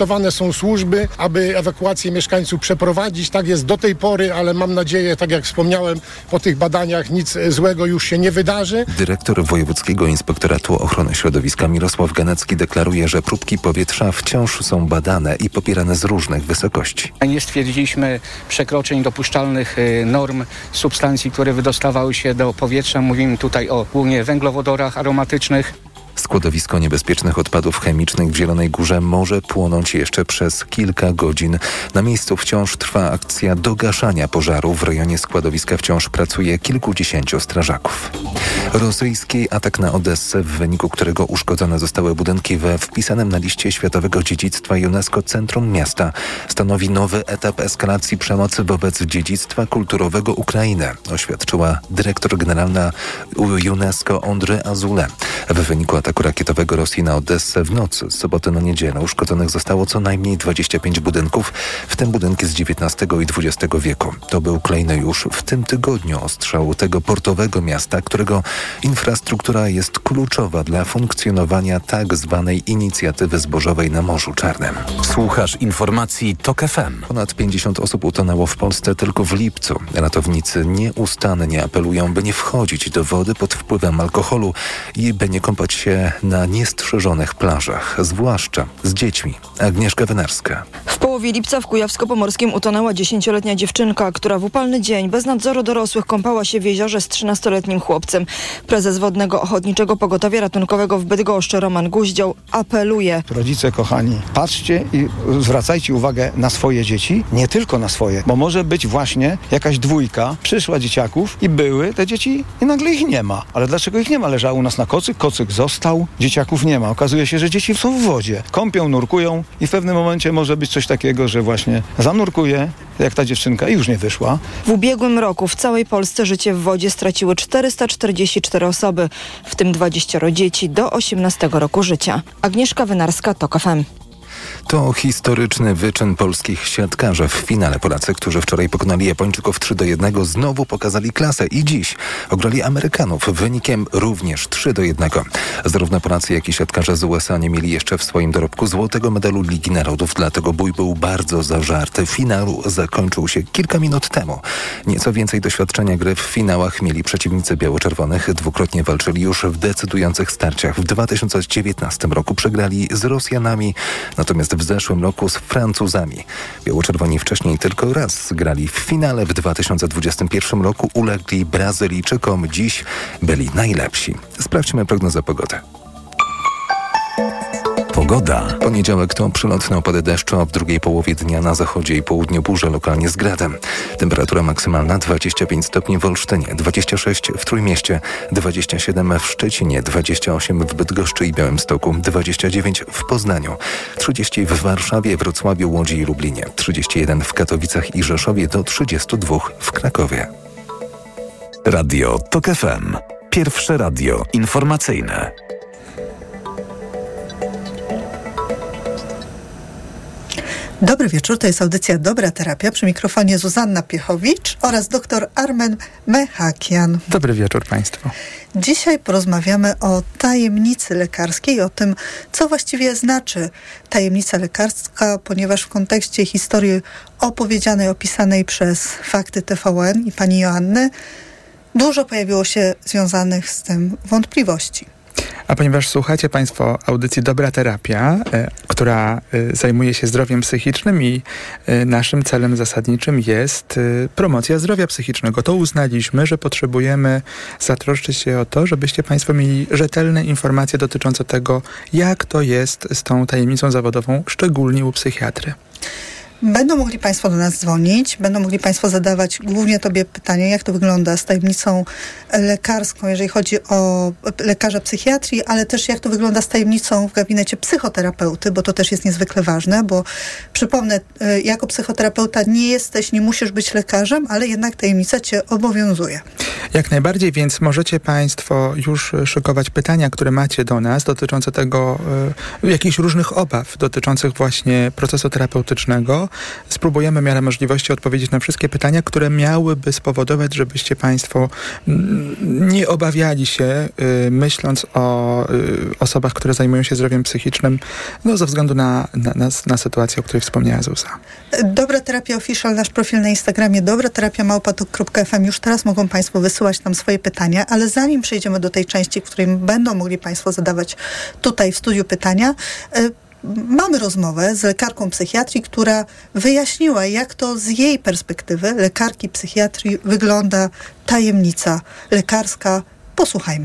przygotowane są służby, aby ewakuację mieszkańców przeprowadzić. Tak jest do tej pory, ale mam nadzieję, tak jak wspomniałem, po tych badaniach nic złego już się nie wydarzy. Dyrektor Wojewódzkiego Inspektoratu Ochrony Środowiska Mirosław Ganecki deklaruje, że próbki powietrza wciąż są badane i popierane z różnych wysokości. Nie stwierdziliśmy przekroczeń dopuszczalnych norm substancji, które wydostawały się do powietrza. Mówimy tutaj o głównie węglowodorach aromatycznych. Składowisko niebezpiecznych odpadów chemicznych w Zielonej Górze może płonąć jeszcze przez kilka godzin. Na miejscu wciąż trwa akcja dogaszania pożaru. W rejonie składowiska wciąż pracuje kilkudziesięciu strażaków. Rosyjski atak na Odessę, w wyniku którego uszkodzone zostały budynki we wpisanym na liście Światowego Dziedzictwa UNESCO Centrum Miasta, stanowi nowy etap eskalacji przemocy wobec dziedzictwa kulturowego Ukrainy, oświadczyła dyrektor generalna UNESCO Ondry Azule. W wyniku ataku rakietowego Rosji na Odessę w nocy z soboty na niedzielę uszkodzonych zostało co najmniej 25 budynków, w tym budynki z XIX i XX wieku. To był kolejny już w tym tygodniu ostrzał tego portowego miasta, którego infrastruktura jest kluczowa dla funkcjonowania tak zwanej inicjatywy zbożowej na Morzu Czarnym. Słuchasz informacji TOK FM. Ponad 50 osób utonęło w Polsce tylko w lipcu. Ratownicy nieustannie apelują, by nie wchodzić do wody pod wpływem alkoholu i by nie kąpać się na niestrzeżonych plażach, zwłaszcza z dziećmi. Agnieszka Wynarska. W połowie lipca w Kujawsko-Pomorskim utonęła 10-letnia dziewczynka, która w upalny dzień bez nadzoru dorosłych kąpała się w jeziorze z 13-letnim chłopcem. Prezes Wodnego Ochotniczego Pogotowia Ratunkowego w Bydgoszczy Roman Guździoł apeluje. Rodzice kochani, patrzcie i zwracajcie uwagę na swoje dzieci, nie tylko na swoje, bo może być właśnie jakaś dwójka, przyszła dzieciaków i były te dzieci i nagle ich nie ma. Ale dlaczego ich nie ma? Leżało u nas na kocyk został, dzieciaków nie ma. Okazuje się, że dzieci są w wodzie. Kąpią, nurkują i w pewnym momencie może być coś takiego, że właśnie zanurkuje, jak ta dziewczynka i już nie wyszła. W ubiegłym roku w całej Polsce życie w wodzie straciły 444 osoby, w tym 20 dzieci do 18 roku życia. Agnieszka Wynarska, TOK FM. To historyczny wyczyn polskich siatkarzy. W finale Polacy, którzy wczoraj pokonali Japończyków 3-1, znowu pokazali klasę i dziś ograli Amerykanów wynikiem również 3-1. Zarówno Polacy, jak i siatkarze z USA nie mieli jeszcze w swoim dorobku złotego medalu Ligi Narodów, dlatego bój był bardzo zażarty. Finał zakończył się kilka minut temu. Nieco więcej doświadczenia gry w finałach mieli przeciwnicy biało-czerwonych. Dwukrotnie walczyli już w decydujących starciach. W 2019 roku przegrali z Rosjanami, natomiast w zeszłym roku z Francuzami. Biało-czerwoni wcześniej tylko raz grali w finale. W 2021 roku ulegli Brazylijczykom. Dziś byli najlepsi. Sprawdźmy prognozę pogody. Pogoda. Poniedziałek to przelotne opady deszczu, a w drugiej połowie dnia na zachodzie i południu burze, lokalnie z gradem. Temperatura maksymalna 25 stopni w Olsztynie, 26 w Trójmieście, 27 w Szczecinie, 28 w Bydgoszczy i Białymstoku, 29 w Poznaniu, 30 w Warszawie, Wrocławiu, Łodzi i Lublinie, 31 w Katowicach i Rzeszowie, do 32 w Krakowie. Radio TOK FM. Pierwsze radio informacyjne. Dobry wieczór, to jest audycja Dobra Terapia. Przy mikrofonie Zuzanna Piechowicz oraz dr Armen Mechakian. Dobry wieczór Państwu. Dzisiaj porozmawiamy o tajemnicy lekarskiej, o tym, co właściwie znaczy tajemnica lekarska, ponieważ w kontekście historii opowiedzianej, opisanej przez Fakty TVN i pani Joanny, dużo pojawiło się związanych z tym wątpliwości. A ponieważ słuchacie Państwo audycji Dobra Terapia, która zajmuje się zdrowiem psychicznym i naszym celem zasadniczym jest promocja zdrowia psychicznego, to uznaliśmy, że potrzebujemy zatroszczyć się o to, żebyście Państwo mieli rzetelne informacje dotyczące tego, jak to jest z tą tajemnicą zawodową, szczególnie u psychiatry. Będą mogli Państwo do nas dzwonić, będą mogli Państwo zadawać głównie Tobie pytanie, jak to wygląda z tajemnicą lekarską, jeżeli chodzi o lekarza psychiatrii, ale też jak to wygląda z tajemnicą w gabinecie psychoterapeuty, bo to też jest niezwykle ważne, bo przypomnę, jako psychoterapeuta nie jesteś, nie musisz być lekarzem, ale jednak tajemnica Cię obowiązuje. Jak najbardziej, więc możecie Państwo już szykować pytania, które macie do nas dotyczące tego, jakichś różnych obaw dotyczących właśnie procesu terapeutycznego. spróbujemy w miarę możliwości odpowiedzieć na wszystkie pytania, które miałyby spowodować, żebyście Państwo nie obawiali się, myśląc o osobach, które zajmują się zdrowiem psychicznym, ze względu na sytuację, o której wspomniała Zuza. Dobra Terapia Official, nasz profil na Instagramie dobraterapia@tok.fm. Już teraz mogą Państwo wysyłać tam swoje pytania, ale zanim przejdziemy do tej części, w której będą mogli Państwo zadawać tutaj w studiu pytania, mamy rozmowę z lekarką psychiatrii, która wyjaśniła, jak to z jej perspektywy lekarki psychiatrii wygląda tajemnica lekarska. Posłuchajmy.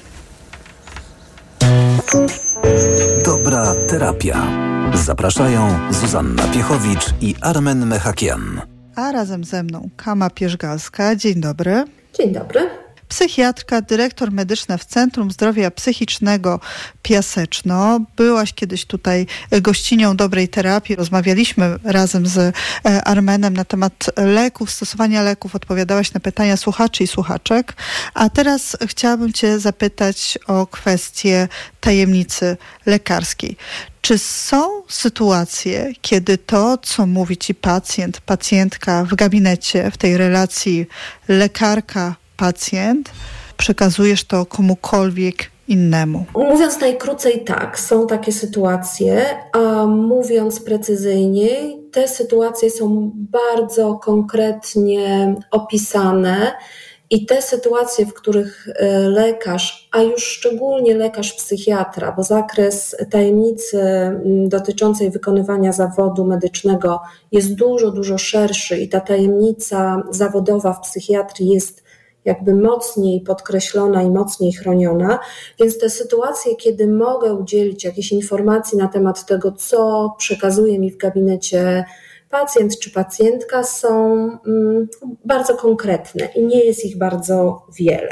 Dobra terapia. Zapraszają Zuzanna Piechowicz i Armen Mechakian. A razem ze mną Kama Pierzgalska. Dzień dobry. Dzień dobry. Psychiatrka, dyrektor medyczna w Centrum Zdrowia Psychicznego Piaseczno. Byłaś kiedyś tutaj gościnią dobrej terapii. Rozmawialiśmy razem z Armenem na temat leków, stosowania leków. Odpowiadałaś na pytania słuchaczy i słuchaczek. A teraz chciałabym Cię zapytać o kwestię tajemnicy lekarskiej. Czy są sytuacje, kiedy to, co mówi Ci pacjent, pacjentka w gabinecie, w tej relacji lekarka-pacjent, przekazujesz to komukolwiek innemu? Mówiąc najkrócej, tak, są takie sytuacje, a mówiąc precyzyjniej, te sytuacje są bardzo konkretnie opisane i te sytuacje, w których lekarz, a już szczególnie lekarz psychiatra, bo zakres tajemnicy dotyczącej wykonywania zawodu medycznego jest dużo, dużo szerszy i ta tajemnica zawodowa w psychiatrii jest jakby mocniej podkreślona i mocniej chroniona, więc te sytuacje, kiedy mogę udzielić jakiejś informacji na temat tego, co przekazuje mi w gabinecie pacjent czy pacjentka, są bardzo konkretne i nie jest ich bardzo wiele.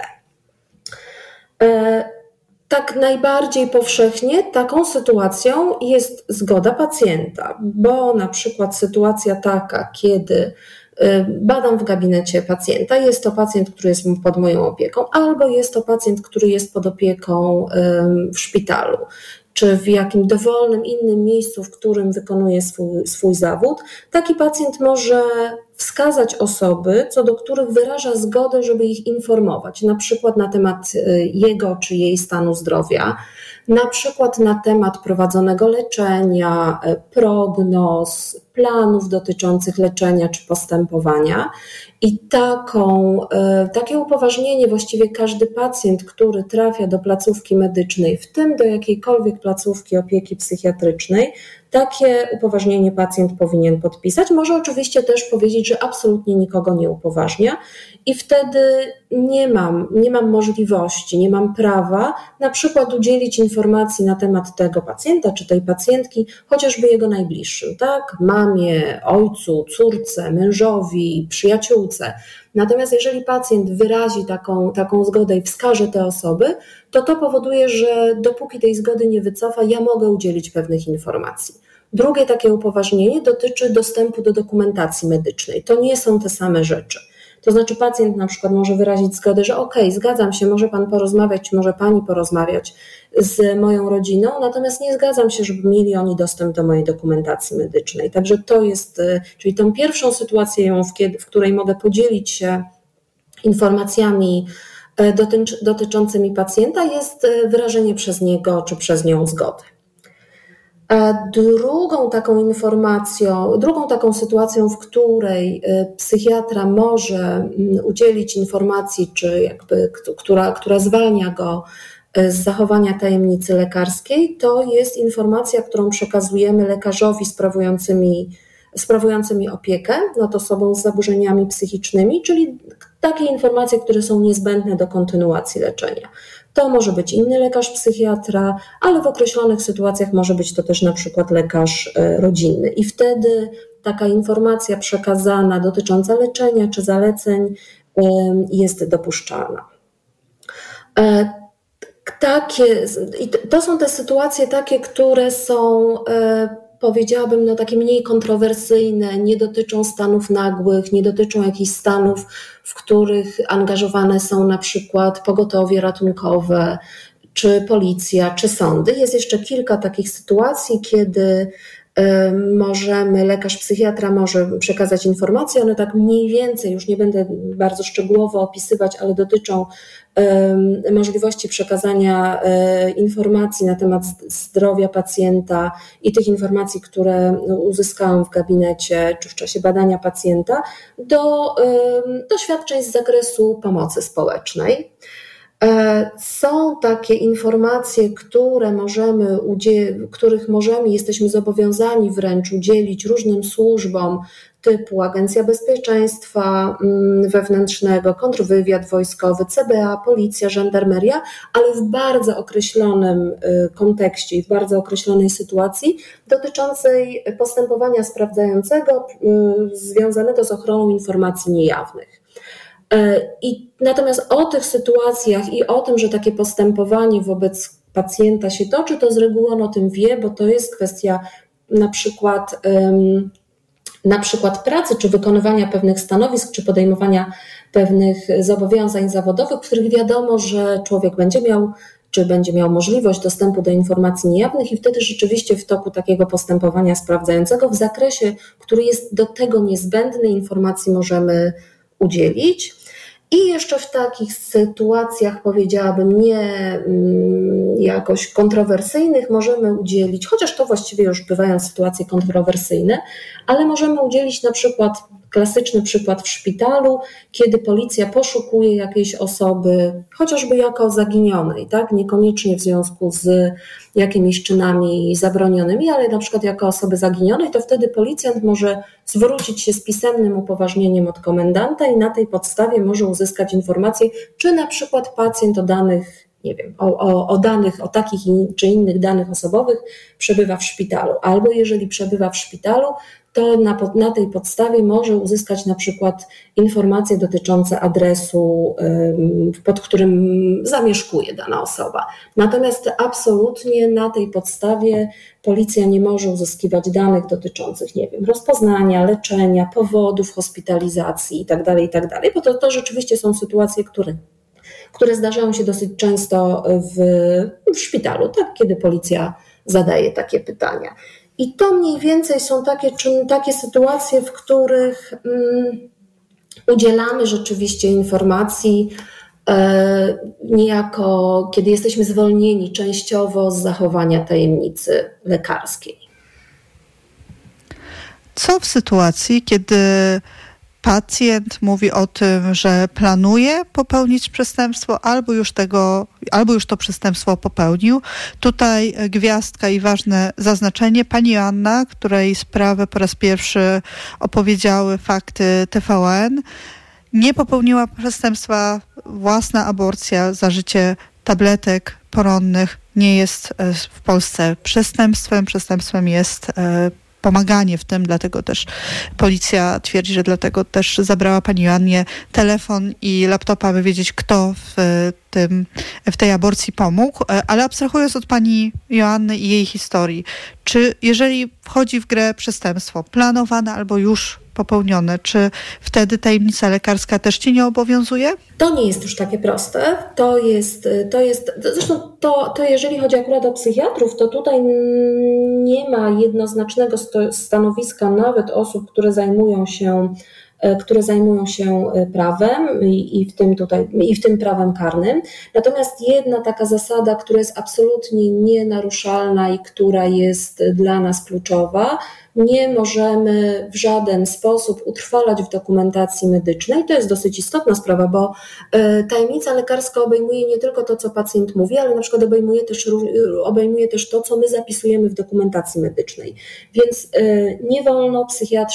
Tak najbardziej powszechnie taką sytuacją jest zgoda pacjenta, bo na przykład sytuacja taka, kiedy badam w gabinecie pacjenta, jest to pacjent, który jest pod moją opieką, albo jest to pacjent, który jest pod opieką w szpitalu, czy w jakim dowolnym innym miejscu, w którym wykonuje swój zawód, taki pacjent może wskazać osoby, co do których wyraża zgodę, żeby ich informować, na przykład na temat jego czy jej stanu zdrowia, na przykład na temat prowadzonego leczenia, prognoz, planów dotyczących leczenia czy postępowania. I takie upoważnienie właściwie każdy pacjent, który trafia do placówki medycznej, w tym do jakiejkolwiek placówki opieki psychiatrycznej, takie upoważnienie pacjent powinien podpisać. Może oczywiście też powiedzieć, że absolutnie nikogo nie upoważnia i wtedy nie mam możliwości, nie mam prawa na przykład udzielić informacji na temat tego pacjenta czy tej pacjentki, chociażby jego najbliższym, tak? Mamie, ojcu, córce, mężowi, przyjaciółce. Natomiast jeżeli pacjent wyrazi taką zgodę i wskaże te osoby, to powoduje, że dopóki tej zgody nie wycofa, ja mogę udzielić pewnych informacji. Drugie takie upoważnienie dotyczy dostępu do dokumentacji medycznej. To nie są te same rzeczy. To znaczy pacjent na przykład może wyrazić zgodę, że okej, zgadzam się, może pan porozmawiać, czy może pani porozmawiać z moją rodziną, natomiast nie zgadzam się, żeby mieli oni dostęp do mojej dokumentacji medycznej. Także to jest, czyli tą pierwszą sytuację, w której mogę podzielić się informacjami dotyczącymi pacjenta, jest wyrażenie przez niego czy przez nią zgody. Drugą taką sytuacją, w której psychiatra może udzielić informacji, czy która zwalnia go z zachowania tajemnicy lekarskiej, to jest informacja, którą przekazujemy lekarzowi sprawującymi opiekę nad osobą z zaburzeniami psychicznymi, czyli takie informacje, które są niezbędne do kontynuacji leczenia. To może być inny lekarz psychiatra, ale w określonych sytuacjach może być to też na przykład lekarz rodzinny. I wtedy taka informacja przekazana dotycząca leczenia czy zaleceń jest dopuszczalna. To są te sytuacje takie, które są, powiedziałabym, takie mniej kontrowersyjne, nie dotyczą stanów nagłych, nie dotyczą jakichś stanów, w których angażowane są na przykład pogotowie ratunkowe, czy policja, czy sądy. Jest jeszcze kilka takich sytuacji, kiedy lekarz psychiatra może przekazać informacje, one tak mniej więcej, już nie będę bardzo szczegółowo opisywać, ale dotyczą możliwości przekazania informacji na temat zdrowia pacjenta i tych informacji, które uzyskałam w gabinecie czy w czasie badania pacjenta, do świadczeń z zakresu pomocy społecznej. Są takie informacje, których jesteśmy zobowiązani wręcz udzielić różnym służbom typu Agencja Bezpieczeństwa Wewnętrznego, kontrwywiad wojskowy, CBA, policja, żandarmeria, ale w bardzo określonym kontekście i w bardzo określonej sytuacji dotyczącej postępowania sprawdzającego związanego z ochroną informacji niejawnych. Natomiast o tych sytuacjach i o tym, że takie postępowanie wobec pacjenta się toczy, to z reguły on o tym wie, bo to jest kwestia na przykład pracy, czy wykonywania pewnych stanowisk, czy podejmowania pewnych zobowiązań zawodowych, w których wiadomo, że człowiek będzie miał możliwość dostępu do informacji niejawnych i wtedy rzeczywiście w toku takiego postępowania sprawdzającego w zakresie, który jest do tego niezbędny, informacji możemy udzielić. I jeszcze w takich sytuacjach, powiedziałabym, nie jakoś kontrowersyjnych możemy udzielić, chociaż to właściwie już bywają sytuacje kontrowersyjne, ale możemy udzielić na przykład, klasyczny przykład w szpitalu, kiedy policja poszukuje jakiejś osoby, chociażby jako zaginionej, tak? Niekoniecznie w związku z jakimiś czynami zabronionymi, ale na przykład jako osoby zaginionej, to wtedy policjant może zwrócić się z pisemnym upoważnieniem od komendanta i na tej podstawie może uzyskać informację, czy na przykład pacjent o danych, nie wiem, o takich czy innych danych osobowych przebywa w szpitalu, albo jeżeli przebywa w szpitalu, to na tej podstawie może uzyskać na przykład informacje dotyczące adresu, pod którym zamieszkuje dana osoba. Natomiast absolutnie na tej podstawie policja nie może uzyskiwać danych dotyczących, nie wiem, rozpoznania, leczenia, powodów hospitalizacji itd., bo to rzeczywiście są sytuacje, które zdarzają się dosyć często w szpitalu, tak, kiedy policja zadaje takie pytania. I to mniej więcej są takie sytuacje, w których udzielamy rzeczywiście informacji, niejako kiedy jesteśmy zwolnieni częściowo z zachowania tajemnicy lekarskiej. Co w sytuacji, kiedy pacjent mówi o tym, że planuje popełnić przestępstwo, albo już to przestępstwo popełnił? Tutaj gwiazdka i ważne zaznaczenie. Pani Joanna, której sprawę po raz pierwszy opowiedziały fakty TVN, nie popełniła przestępstwa. Własna aborcja, zażycie tabletek poronnych nie jest w Polsce przestępstwem. Przestępstwem jest pomaganie w tym, dlatego też policja twierdzi, że dlatego też zabrała pani Joannie telefon i laptopa, aby wiedzieć, kto w tej aborcji pomógł. Ale abstrahując od pani Joanny i jej historii, czy jeżeli wchodzi w grę przestępstwo planowane albo już popełnione, czy wtedy tajemnica lekarska też cię nie obowiązuje? To nie jest już takie proste. Zresztą to jeżeli chodzi akurat o psychiatrów, to tutaj nie ma jednoznacznego stanowiska nawet osób, które zajmują się prawem i w tym prawem karnym. Natomiast jedna taka zasada, która jest absolutnie nienaruszalna i która jest dla nas kluczowa, nie możemy w żaden sposób utrwalać w dokumentacji medycznej. To jest dosyć istotna sprawa, bo tajemnica lekarska obejmuje nie tylko to, co pacjent mówi, ale na przykład obejmuje też to, co my zapisujemy w dokumentacji medycznej. Więc nie wolno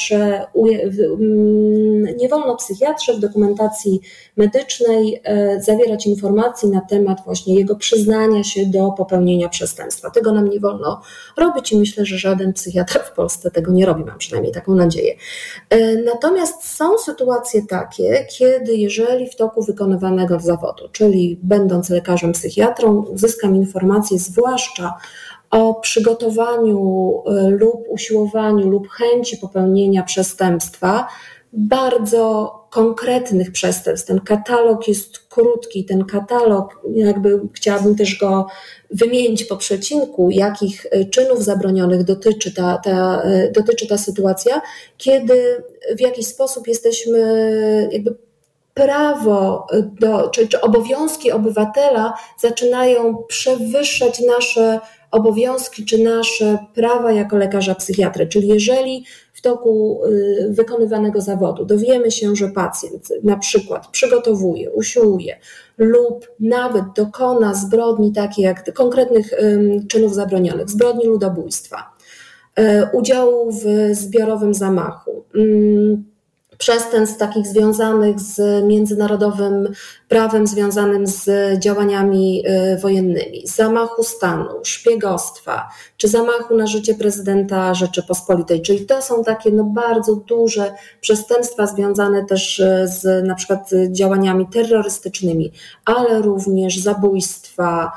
psychiatrze w dokumentacji medycznej zawierać informacji na temat właśnie jego przyznania się do popełnienia przestępstwa. Tego nam nie wolno robić i myślę, że żaden psychiatra w Polsce tego nie robi, mam przynajmniej taką nadzieję. Natomiast są sytuacje takie, kiedy jeżeli w toku wykonywanego zawodu, czyli będąc lekarzem psychiatrą, uzyskam informację zwłaszcza o przygotowaniu lub usiłowaniu lub chęci popełnienia przestępstwa, bardzo konkretnych przestępstw. Ten katalog jest krótki, ten katalog, jakby chciałabym też go wymienić po przecinku, jakich czynów zabronionych dotyczy ta sytuacja, kiedy w jakiś sposób jesteśmy jakby prawo czy obowiązki obywatela zaczynają przewyższać nasze obowiązki czy nasze prawa jako lekarza psychiatry. Czyli jeżeli w toku wykonywanego zawodu dowiemy się, że pacjent na przykład przygotowuje, usiłuje lub nawet dokona zbrodni takie jak konkretnych czynów zabronionych, zbrodni ludobójstwa, udziału w zbiorowym zamachu, przestępstw takich związanych z międzynarodowym prawem, związanym z działaniami wojennymi, zamachu stanu, szpiegostwa, czy zamachu na życie prezydenta Rzeczypospolitej. Czyli to są takie bardzo duże przestępstwa związane też z na przykład działaniami terrorystycznymi, ale również zabójstwa,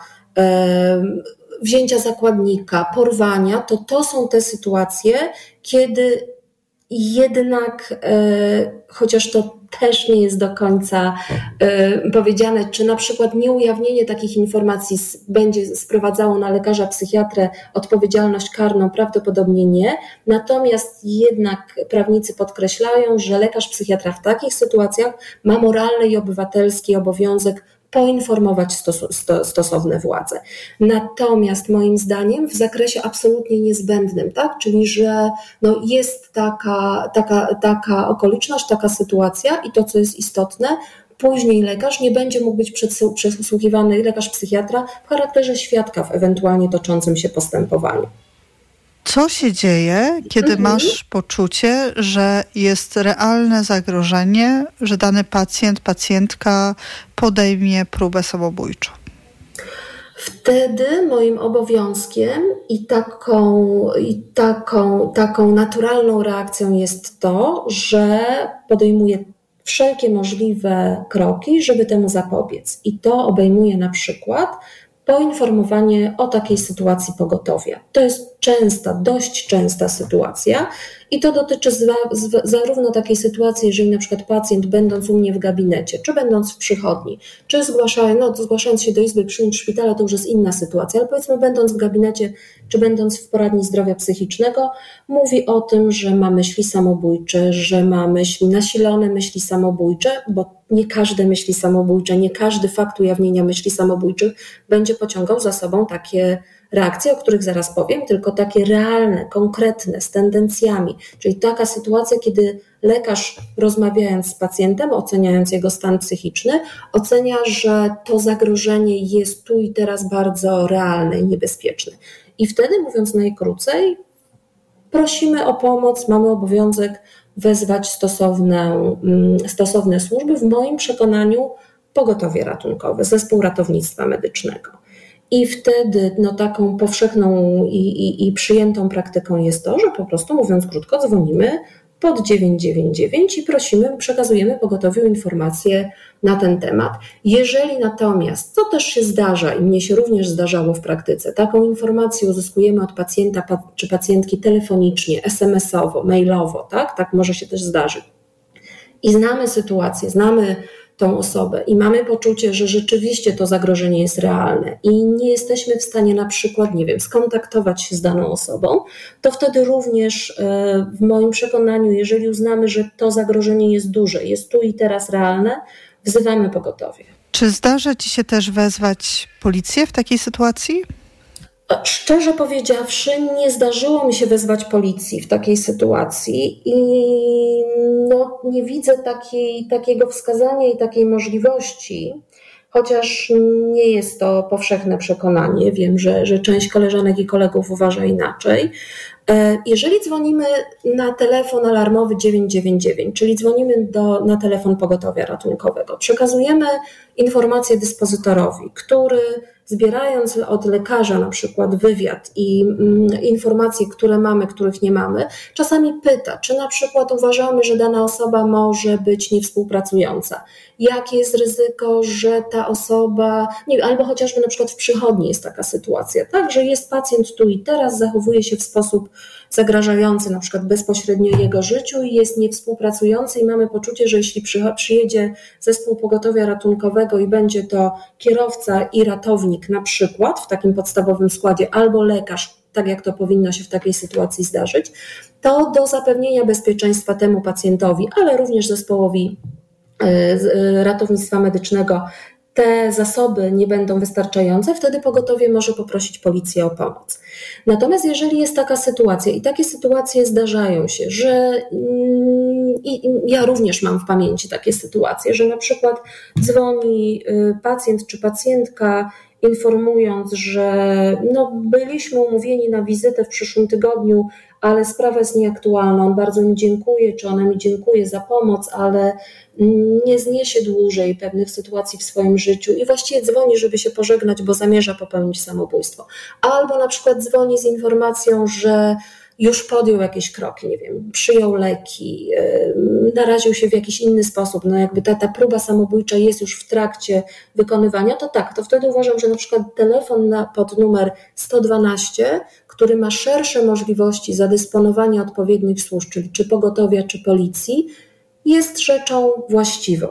wzięcia zakładnika, porwania. To są te sytuacje, kiedy jednak, chociaż to też nie jest do końca powiedziane, czy na przykład nieujawnienie takich informacji będzie sprowadzało na lekarza psychiatrę odpowiedzialność karną, prawdopodobnie nie. Natomiast jednak prawnicy podkreślają, że lekarz psychiatra w takich sytuacjach ma moralny i obywatelski obowiązek poinformować stosowne władze. Natomiast moim zdaniem w zakresie absolutnie niezbędnym, tak? Czyli że jest taka okoliczność, taka sytuacja i to, co jest istotne, później lekarz nie będzie mógł być przesłuchiwany, lekarz psychiatra w charakterze świadka w ewentualnie toczącym się postępowaniu. Co się dzieje, kiedy masz poczucie, że jest realne zagrożenie, że dany pacjent, pacjentka podejmie próbę samobójczą? Wtedy moim obowiązkiem i taką naturalną reakcją jest to, że podejmuję wszelkie możliwe kroki, żeby temu zapobiec. I to obejmuje na przykład poinformowanie o takiej sytuacji pogotowia. To jest dość częsta sytuacja i to dotyczy zarówno takiej sytuacji, jeżeli na przykład pacjent będąc u mnie w gabinecie, czy będąc w przychodni, czy zgłaszając się do izby przyjęć szpitala, to już jest inna sytuacja, ale powiedzmy będąc w gabinecie, czy będąc w poradni zdrowia psychicznego, mówi o tym, że ma myśli samobójcze, że ma nasilone myśli samobójcze, bo nie każde myśli samobójcze, nie każdy fakt ujawnienia myśli samobójczych będzie pociągał za sobą takie reakcje, o których zaraz powiem, tylko takie realne, konkretne, z tendencjami. Czyli taka sytuacja, kiedy lekarz rozmawiając z pacjentem, oceniając jego stan psychiczny, ocenia, że to zagrożenie jest tu i teraz bardzo realne i niebezpieczne. I wtedy, mówiąc najkrócej, prosimy o pomoc, mamy obowiązek wezwać stosowne służby, w moim przekonaniu pogotowie ratunkowe, zespół ratownictwa medycznego. I wtedy taką powszechną i przyjętą praktyką jest to, że po prostu, mówiąc krótko, dzwonimy pod 999 i przekazujemy pogotowiu informacje na ten temat. Jeżeli natomiast, co też się zdarza i mnie się również zdarzało w praktyce, taką informację uzyskujemy od pacjenta czy pacjentki telefonicznie, SMS-owo, mailowo, tak może się też zdarzyć. I znamy sytuację, znamy tą osobę i mamy poczucie, że rzeczywiście to zagrożenie jest realne i nie jesteśmy w stanie na przykład, skontaktować się z daną osobą, to wtedy również w moim przekonaniu, jeżeli uznamy, że to zagrożenie jest duże, jest tu i teraz realne, wzywamy pogotowie. Czy zdarza Ci się też wezwać policję w takiej sytuacji? Szczerze powiedziawszy, nie zdarzyło mi się wezwać policji w takiej sytuacji i nie widzę takiego wskazania i takiej możliwości, chociaż nie jest to powszechne przekonanie. Wiem, że część koleżanek i kolegów uważa inaczej. Jeżeli dzwonimy na telefon alarmowy 999, czyli dzwonimy na telefon pogotowia ratunkowego, przekazujemy informację dyspozytorowi, który zbierając od lekarza na przykład wywiad i informacje, które mamy, których nie mamy, czasami pyta, czy na przykład uważamy, że dana osoba może być niewspółpracująca. Jakie jest ryzyko, że ta osoba, albo chociażby na przykład w przychodni jest taka sytuacja, tak, że jest pacjent tu i teraz, zachowuje się w sposób zagrażający na przykład bezpośrednio jego życiu i jest niewspółpracujący i mamy poczucie, że jeśli przyjedzie zespół pogotowia ratunkowego i będzie to kierowca i ratownik na przykład w takim podstawowym składzie albo lekarz, tak jak to powinno się w takiej sytuacji zdarzyć, to do zapewnienia bezpieczeństwa temu pacjentowi, ale również zespołowi ratownictwa medycznego te zasoby nie będą wystarczające, wtedy pogotowie może poprosić policję o pomoc. Natomiast jeżeli jest taka sytuacja i takie sytuacje zdarzają się, że i ja również mam w pamięci takie sytuacje, że na przykład dzwoni pacjent czy pacjentka informując, że byliśmy umówieni na wizytę w przyszłym tygodniu, ale sprawa jest nieaktualna, on bardzo mi dziękuje, czy ona mi dziękuję za pomoc, ale nie zniesie dłużej pewnych sytuacji w swoim życiu i właściwie dzwoni, żeby się pożegnać, bo zamierza popełnić samobójstwo. Albo na przykład dzwoni z informacją, że już podjął jakieś kroki, nie wiem, przyjął leki, naraził się w jakiś inny sposób, jakby ta próba samobójcza jest już w trakcie wykonywania, to tak, to wtedy uważam, że na przykład telefon pod numer 112, który ma szersze możliwości zadysponowania odpowiednich służb, czyli czy pogotowia, czy policji, jest rzeczą właściwą.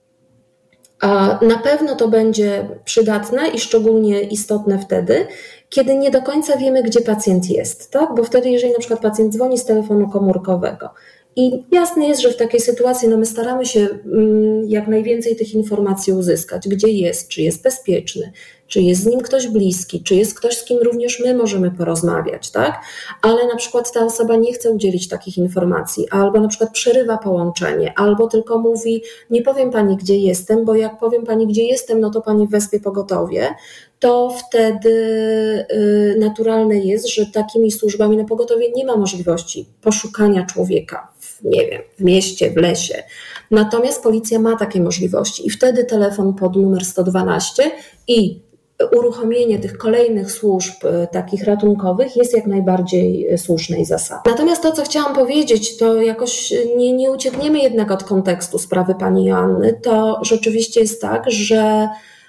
A na pewno to będzie przydatne i szczególnie istotne wtedy, kiedy nie do końca wiemy, gdzie pacjent jest, tak? Bo wtedy, jeżeli na przykład pacjent dzwoni z telefonu komórkowego i jasne jest, że w takiej sytuacji my staramy się jak najwięcej tych informacji uzyskać, gdzie jest, czy jest bezpieczny, czy jest z nim ktoś bliski, czy jest ktoś, z kim również my możemy porozmawiać, tak? Ale na przykład ta osoba nie chce udzielić takich informacji, albo na przykład przerywa połączenie, albo tylko mówi, nie powiem pani, gdzie jestem, bo jak powiem pani, gdzie jestem, no to pani wezwie pogotowie, to wtedy naturalne jest, że takimi służbami na pogotowie nie ma możliwości poszukania człowieka w mieście, w lesie. Natomiast policja ma takie możliwości i wtedy telefon pod numer 112 i uruchomienie tych kolejnych służb takich ratunkowych jest jak najbardziej słuszne i zasadne. Natomiast to, co chciałam powiedzieć, to jakoś nie uciekniemy jednak od kontekstu sprawy pani Joanny. To rzeczywiście jest tak, że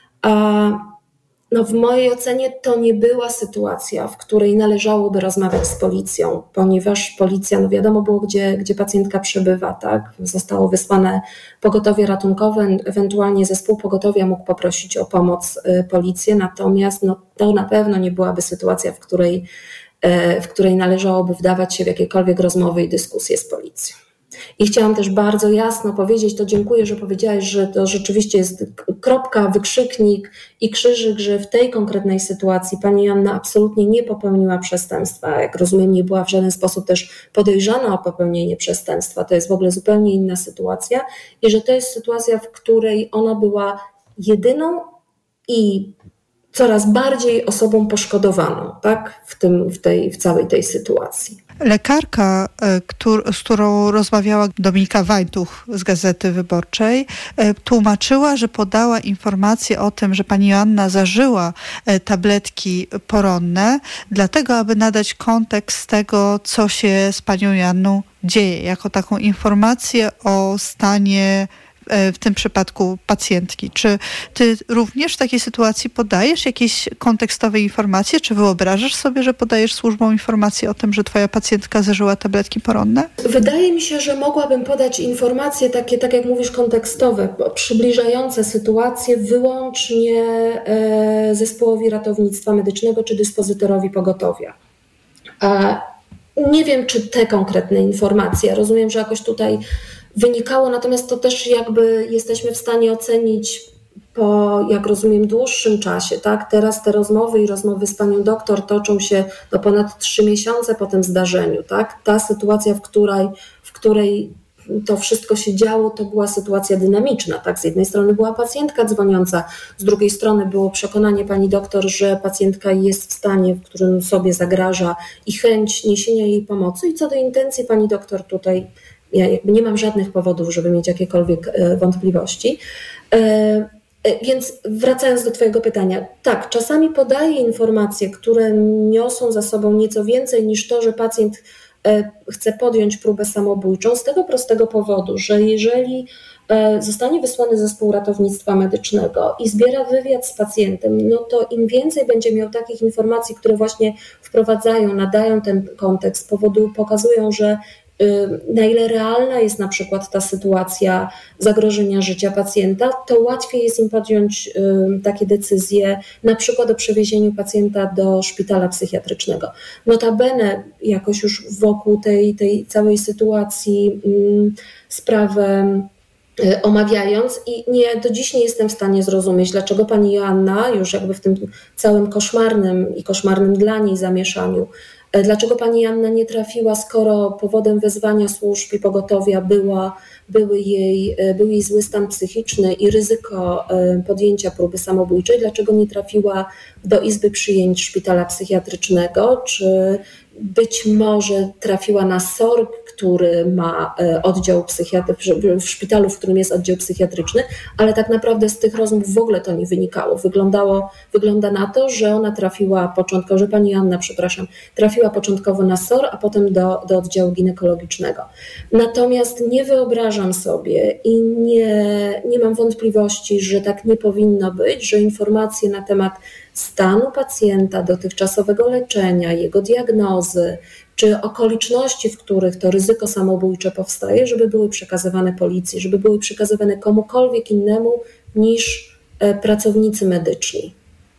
w mojej ocenie to nie była sytuacja, w której należałoby rozmawiać z policją, ponieważ policja, wiadomo było, gdzie pacjentka przebywa, tak? Zostało wysłane pogotowie ratunkowe, ewentualnie zespół pogotowia mógł poprosić o pomoc policję, natomiast to na pewno nie byłaby sytuacja, w której należałoby wdawać się w jakiekolwiek rozmowy i dyskusje z policją. I chciałam też bardzo jasno powiedzieć, to dziękuję, że powiedziałaś, że to rzeczywiście jest kropka, wykrzyknik i krzyżyk, że w tej konkretnej sytuacji pani Joanna absolutnie nie popełniła przestępstwa. Jak rozumiem, nie była w żaden sposób też podejrzana o popełnienie przestępstwa. To jest w ogóle zupełnie inna sytuacja i że to jest sytuacja, w której ona była jedyną i coraz bardziej osobą poszkodowaną, tak? W całej tej sytuacji. Lekarka, z którą rozmawiała Dominika Wajtuch z Gazety Wyborczej, tłumaczyła, że podała informację o tym, że pani Joanna zażyła tabletki poronne, dlatego aby nadać kontekst tego, co się z panią Joanną dzieje, jako taką informację o stanie w tym przypadku pacjentki. Czy ty również w takiej sytuacji podajesz jakieś kontekstowe informacje? Czy wyobrażasz sobie, że podajesz służbom informacje o tym, że twoja pacjentka zażyła tabletki poronne? Wydaje mi się, że mogłabym podać informacje takie, tak jak mówisz, kontekstowe, przybliżające sytuację wyłącznie zespołowi ratownictwa medycznego czy dyspozytorowi pogotowia. Nie wiem, czy te konkretne informacje, rozumiem, że jakoś tutaj wynikało, natomiast to też jakby jesteśmy w stanie ocenić po, jak rozumiem, dłuższym czasie, tak? Teraz te rozmowy z panią doktor toczą się do ponad 3 miesiące po tym zdarzeniu, tak? Ta sytuacja, w której to wszystko się działo, to była sytuacja dynamiczna, tak? Z jednej strony była pacjentka dzwoniąca, z drugiej strony było przekonanie pani doktor, że pacjentka jest w stanie, w którym sobie zagraża i chęć niesienia jej pomocy. I co do intencji pani doktor tutaj, ja jakby nie mam żadnych powodów, żeby mieć jakiekolwiek wątpliwości. Więc wracając do twojego pytania, tak, czasami podaję informacje, które niosą za sobą nieco więcej niż to, że pacjent chce podjąć próbę samobójczą z tego prostego powodu, że jeżeli zostanie wysłany zespół ratownictwa medycznego i zbiera wywiad z pacjentem, no to im więcej będzie miał takich informacji, które właśnie wprowadzają, nadają ten kontekst, pokazują, że na ile realna jest na przykład ta sytuacja zagrożenia życia pacjenta, to łatwiej jest im podjąć takie decyzje, na przykład o przewiezieniu pacjenta do szpitala psychiatrycznego. Notabene jakoś już wokół tej całej sytuacji sprawę omawiając i do dziś nie jestem w stanie zrozumieć, dlaczego pani Joanna już jakby w tym całym koszmarnym dla niej zamieszaniu, dlaczego pani Joanna nie trafiła, skoro powodem wezwania służb i pogotowia był jej zły stan psychiczny i ryzyko podjęcia próby samobójczej, dlaczego nie trafiła do izby przyjęć szpitala psychiatrycznego, czy być może trafiła na SOR, który ma oddział w szpitalu, w którym jest oddział psychiatryczny, ale tak naprawdę z tych rozmów w ogóle to nie wynikało. Wygląda na to, że ona że pani Joanna, trafiła początkowo na SOR, a potem do oddziału ginekologicznego. Natomiast nie wyobrażam sobie i nie mam wątpliwości, że tak nie powinno być, że informacje na temat stanu pacjenta, dotychczasowego leczenia, jego diagnozy, czy okoliczności, w których to ryzyko samobójcze powstaje, żeby były przekazywane policji, żeby były przekazywane komukolwiek innemu niż pracownicy medyczni.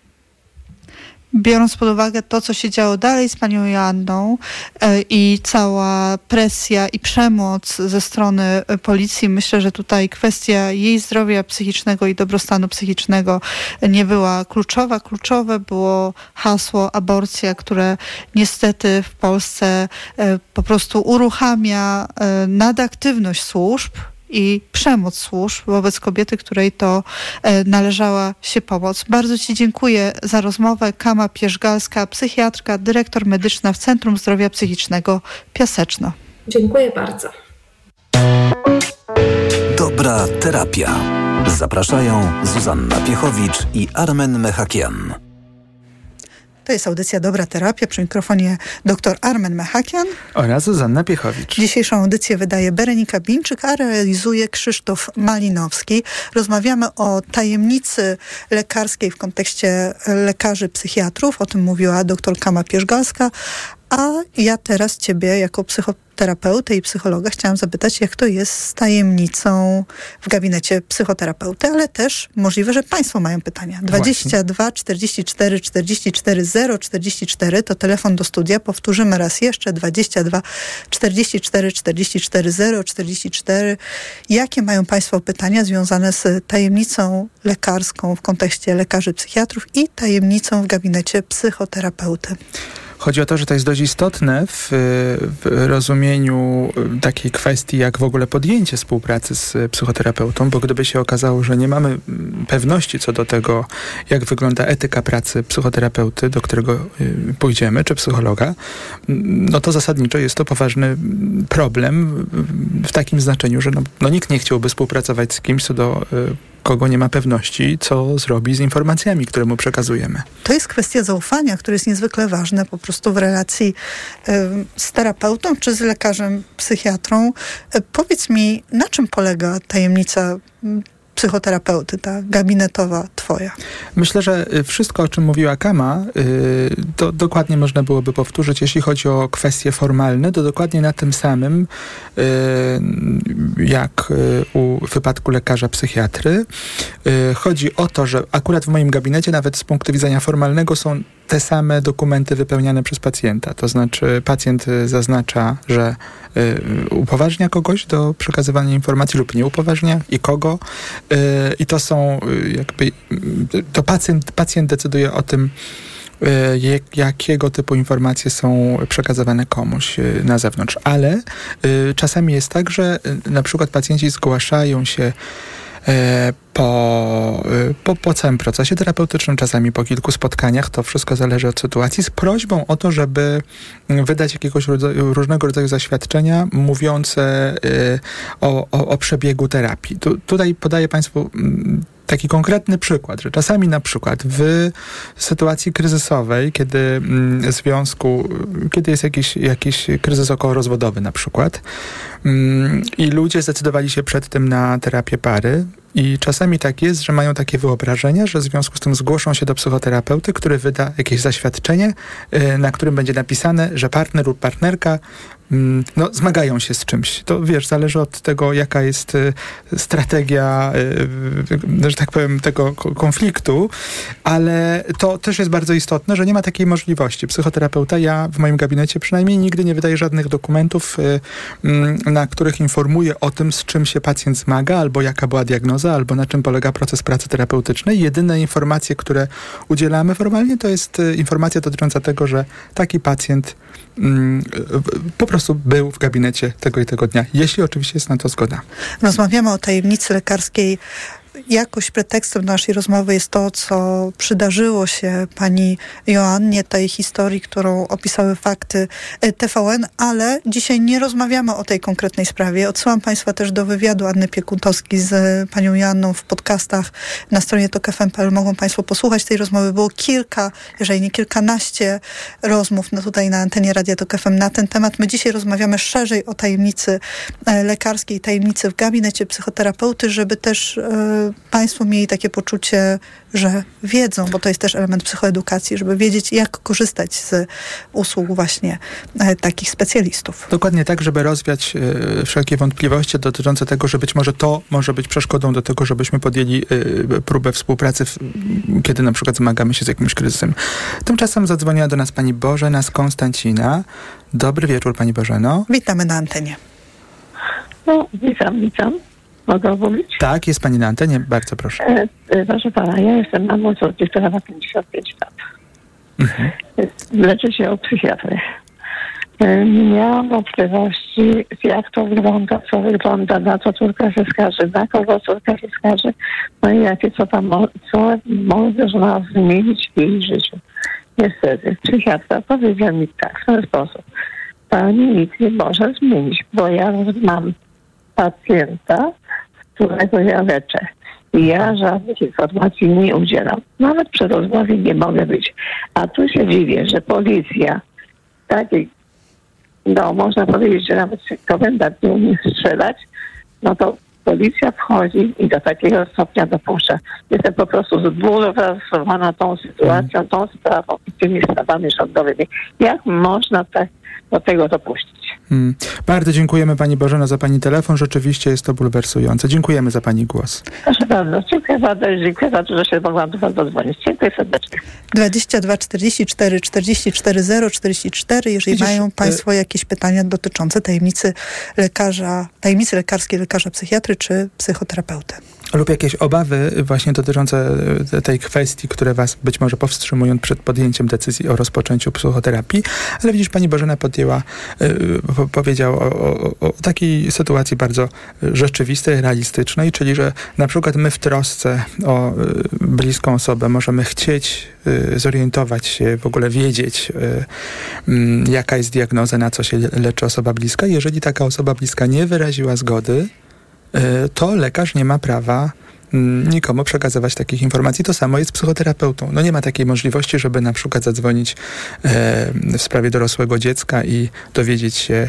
Biorąc pod uwagę to, co się działo dalej z panią Joanną i cała presja i przemoc ze strony policji, myślę, że tutaj kwestia jej zdrowia psychicznego i dobrostanu psychicznego nie była kluczowa. Kluczowe było hasło aborcja, które niestety w Polsce po prostu uruchamia nadaktywność służb i przemoc służb wobec kobiety, której to należała się pomoc. Bardzo ci dziękuję za rozmowę. Kama Pierzgalska, psychiatrka, dyrektor medyczna w Centrum Zdrowia Psychicznego Piaseczno. Dziękuję bardzo. Dobra terapia. Zapraszają Zuzanna Piechowicz i Armen Mechakian. To jest audycja Dobra Terapia, przy mikrofonie dr Armen Mechakian oraz Zuzanna Piechowicz. Dzisiejszą audycję wydaje Berenika Bińczyk, a realizuje Krzysztof Malinowski. Rozmawiamy o tajemnicy lekarskiej w kontekście lekarzy psychiatrów. O tym mówiła dr Kama Pierzgalska. A ja teraz ciebie jako psychoterapeutę i psychologa chciałam zapytać, jak to jest z tajemnicą w gabinecie psychoterapeuty, ale też możliwe, że państwo mają pytania. 22 44 44 044 to telefon do studia. Powtórzymy raz jeszcze. 22 44 44 044. Jakie mają państwo pytania związane z tajemnicą lekarską w kontekście lekarzy psychiatrów i tajemnicą w gabinecie psychoterapeuty? Chodzi o to, że to jest dość istotne w rozumieniu takiej kwestii, jak w ogóle podjęcie współpracy z psychoterapeutą, bo gdyby się okazało, że nie mamy pewności co do tego, jak wygląda etyka pracy psychoterapeuty, do którego pójdziemy, czy psychologa, no to zasadniczo jest to poważny problem w takim znaczeniu, że nikt nie chciałby współpracować z kimś, co do kogo nie ma pewności, co zrobi z informacjami, które mu przekazujemy. To jest kwestia zaufania, które jest niezwykle ważne po prostu w relacji z terapeutą czy z lekarzem psychiatrą. Powiedz mi, na czym polega tajemnica psychoterapeuty, ta gabinetowa twoja? Myślę, że wszystko, o czym mówiła Kama, to dokładnie można byłoby powtórzyć. Jeśli chodzi o kwestie formalne, to dokładnie na tym samym, jak w wypadku lekarza psychiatry. Chodzi o to, że akurat w moim gabinecie, nawet z punktu widzenia formalnego, są te same dokumenty wypełniane przez pacjenta. To znaczy pacjent zaznacza, że upoważnia kogoś do przekazywania informacji lub nie upoważnia i kogo. I to są to pacjent decyduje o tym, jakiego typu informacje są przekazywane komuś na zewnątrz. Ale czasami jest tak, że na przykład pacjenci zgłaszają się po całym procesie terapeutycznym, czasami po kilku spotkaniach, to wszystko zależy od sytuacji, z prośbą o to, żeby wydać różnego rodzaju zaświadczenia mówiące o przebiegu terapii. Tutaj podaję Państwu taki konkretny przykład, że czasami na przykład w sytuacji kryzysowej, kiedy kiedy jest jakiś kryzys okołorozwodowy na przykład i ludzie zdecydowali się przed tym na terapię pary, i czasami tak jest, że mają takie wyobrażenia, że w związku z tym zgłoszą się do psychoterapeuty, który wyda jakieś zaświadczenie, na którym będzie napisane, że partner lub partnerka zmagają się z czymś. To zależy od tego, jaka jest strategia, że tak powiem, tego konfliktu, ale to też jest bardzo istotne, że nie ma takiej możliwości. Psychoterapeuta, ja w moim gabinecie przynajmniej nigdy nie wydaję żadnych dokumentów, na których informuję o tym, z czym się pacjent zmaga, albo jaka była diagnoza, albo na czym polega proces pracy terapeutycznej. Jedyne informacje, które udzielamy formalnie, to jest informacja dotycząca tego, że taki pacjent po prostu był w gabinecie tego i tego dnia, jeśli oczywiście jest na to zgoda. Rozmawiamy o tajemnicy lekarskiej. Jakoś pretekstem naszej rozmowy jest to, co przydarzyło się pani Joannie, tej historii, którą opisały fakty TVN, ale dzisiaj nie rozmawiamy o tej konkretnej sprawie. Odsyłam państwa też do wywiadu Anny Piekuntowskiej z panią Joanną w podcastach na stronie tokfm.pl. Mogą państwo posłuchać tej rozmowy. Było kilka, jeżeli nie kilkanaście rozmów tutaj na antenie Radia Tok FM na ten temat. My dzisiaj rozmawiamy szerzej o tajemnicy lekarskiej, tajemnicy w gabinecie psychoterapeuty, żeby też państwo mieli takie poczucie, że wiedzą, bo to jest też element psychoedukacji, żeby wiedzieć, jak korzystać z usług właśnie takich specjalistów. Dokładnie tak, żeby rozwiać wszelkie wątpliwości dotyczące tego, że być może to może być przeszkodą do tego, żebyśmy podjęli próbę współpracy, kiedy na przykład zmagamy się z jakimś kryzysem. Tymczasem zadzwoniła do nas pani Bożena z Konstancina. Dobry wieczór, pani Bożeno. Witamy na antenie. Witam. Mogę mówić? Tak, jest pani na antenie, bardzo proszę. Proszę pana, ja jestem mamą córki, która ma 55 lat. Leczę się u psychiatry. Miałam wątpliwości, jak to wygląda, co wygląda, na co córka się skarży, na kogo córka się skarży, no i co można zmienić w jej życiu. Niestety, psychiatra powiedział mi tak, w ten sposób. Pani nic nie może zmienić, bo ja mam pacjenta, którego ja leczę. I ja żadnych informacji nie udzielam. Nawet przy rozmowie nie mogę być. A tu się dziwię, że policja takiej, można powiedzieć, że nawet komendant nie umie strzelać, no to policja wchodzi i do takiego stopnia dopuszcza. Jestem po prostu zbulwersowana tą sytuacją, tą sprawą i tymi sprawami sądowymi. Jak można tak do tego dopuścić? Bardzo dziękujemy pani Bożeno za pani telefon. Rzeczywiście jest to bulwersujące. Dziękujemy za pani głos. Proszę bardzo. Dziękuję bardzo, że się mogłam do was dodzwonić. Dziękuję serdecznie. 22 44 44 0 44. Jeżeli mają państwo jakieś pytania dotyczące tajemnicy lekarskiej lekarza psychiatry czy psychoterapeuty. Lub jakieś obawy właśnie dotyczące tej kwestii, które was być może powstrzymują przed podjęciem decyzji o rozpoczęciu psychoterapii. Ale widzisz, pani Bożena powiedział o takiej sytuacji bardzo rzeczywistej, realistycznej, czyli że na przykład my w trosce o bliską osobę możemy chcieć zorientować się, w ogóle wiedzieć, jaka jest diagnoza, na co się leczy osoba bliska. Jeżeli taka osoba bliska nie wyraziła zgody, to lekarz nie ma prawa nikomu przekazywać takich informacji. To samo jest z psychoterapeutą. No nie ma takiej możliwości, żeby na przykład zadzwonić w sprawie dorosłego dziecka i dowiedzieć się,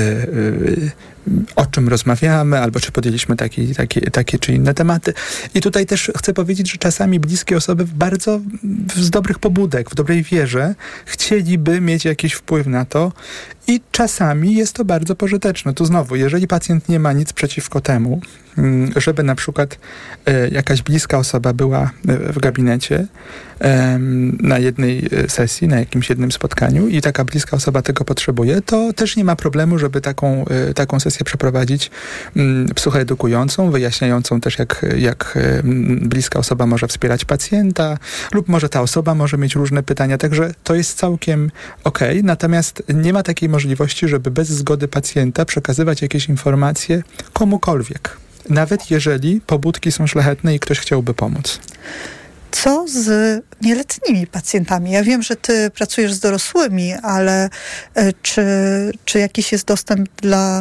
o czym rozmawiamy, albo czy podjęliśmy takie czy inne tematy. I tutaj też chcę powiedzieć, że czasami bliskie osoby z dobrych pobudek, w dobrej wierze chcieliby mieć jakiś wpływ na to i czasami jest to bardzo pożyteczne. Tu znowu, jeżeli pacjent nie ma nic przeciwko temu, żeby na przykład jakaś bliska osoba była w gabinecie na jednej sesji, na jakimś jednym spotkaniu i taka bliska osoba tego potrzebuje, to też nie ma problemu, żeby taką sesję przeprowadzić psychoedukującą, wyjaśniającą też jak bliska osoba może wspierać pacjenta lub może ta osoba może mieć różne pytania, także to jest całkiem okej, natomiast nie ma takiej możliwości, żeby bez zgody pacjenta przekazywać jakieś informacje komukolwiek. Nawet jeżeli pobudki są szlachetne i ktoś chciałby pomóc. Co z nieletnimi pacjentami? Ja wiem, że ty pracujesz z dorosłymi, ale czy jakiś jest dostęp dla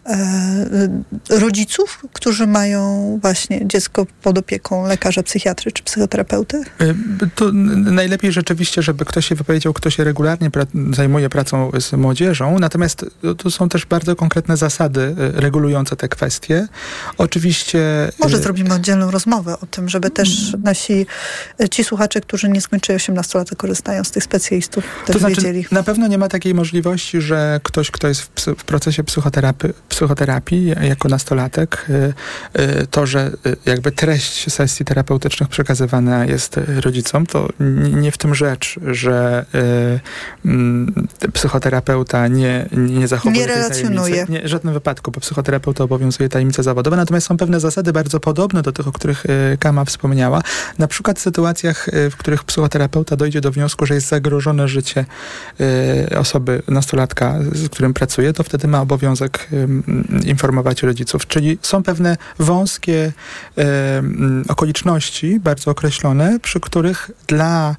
rodziców, którzy mają właśnie dziecko pod opieką lekarza, psychiatry czy psychoterapeuty? To najlepiej rzeczywiście, żeby ktoś się wypowiedział, kto się regularnie zajmuje pracą z młodzieżą, natomiast to są też bardzo konkretne zasady regulujące te kwestie. Oczywiście... Może zrobimy oddzielną rozmowę o tym, żeby też ci słuchacze, którzy nie skończyli 18 lat, korzystają z tych specjalistów, też wiedzieli. Na pewno nie ma takiej możliwości, że ktoś, kto jest w procesie psychoterapii jako nastolatek, to, że jakby treść sesji terapeutycznych przekazywana jest rodzicom, to nie w tym rzecz, że psychoterapeuta nie zachowuje nie relacjonuje. Nie, w żadnym wypadku, bo psychoterapeuta obowiązuje tajemnice zawodowe, natomiast są pewne zasady bardzo podobne do tych, o których Kama wspomniała. Na przykład w sytuacjach, w których psychoterapeuta dojdzie do wniosku, że jest zagrożone życie osoby, nastolatka, z którym pracuje, to wtedy ma obowiązek informować rodziców. Czyli są pewne wąskie okoliczności, bardzo określone, przy których dla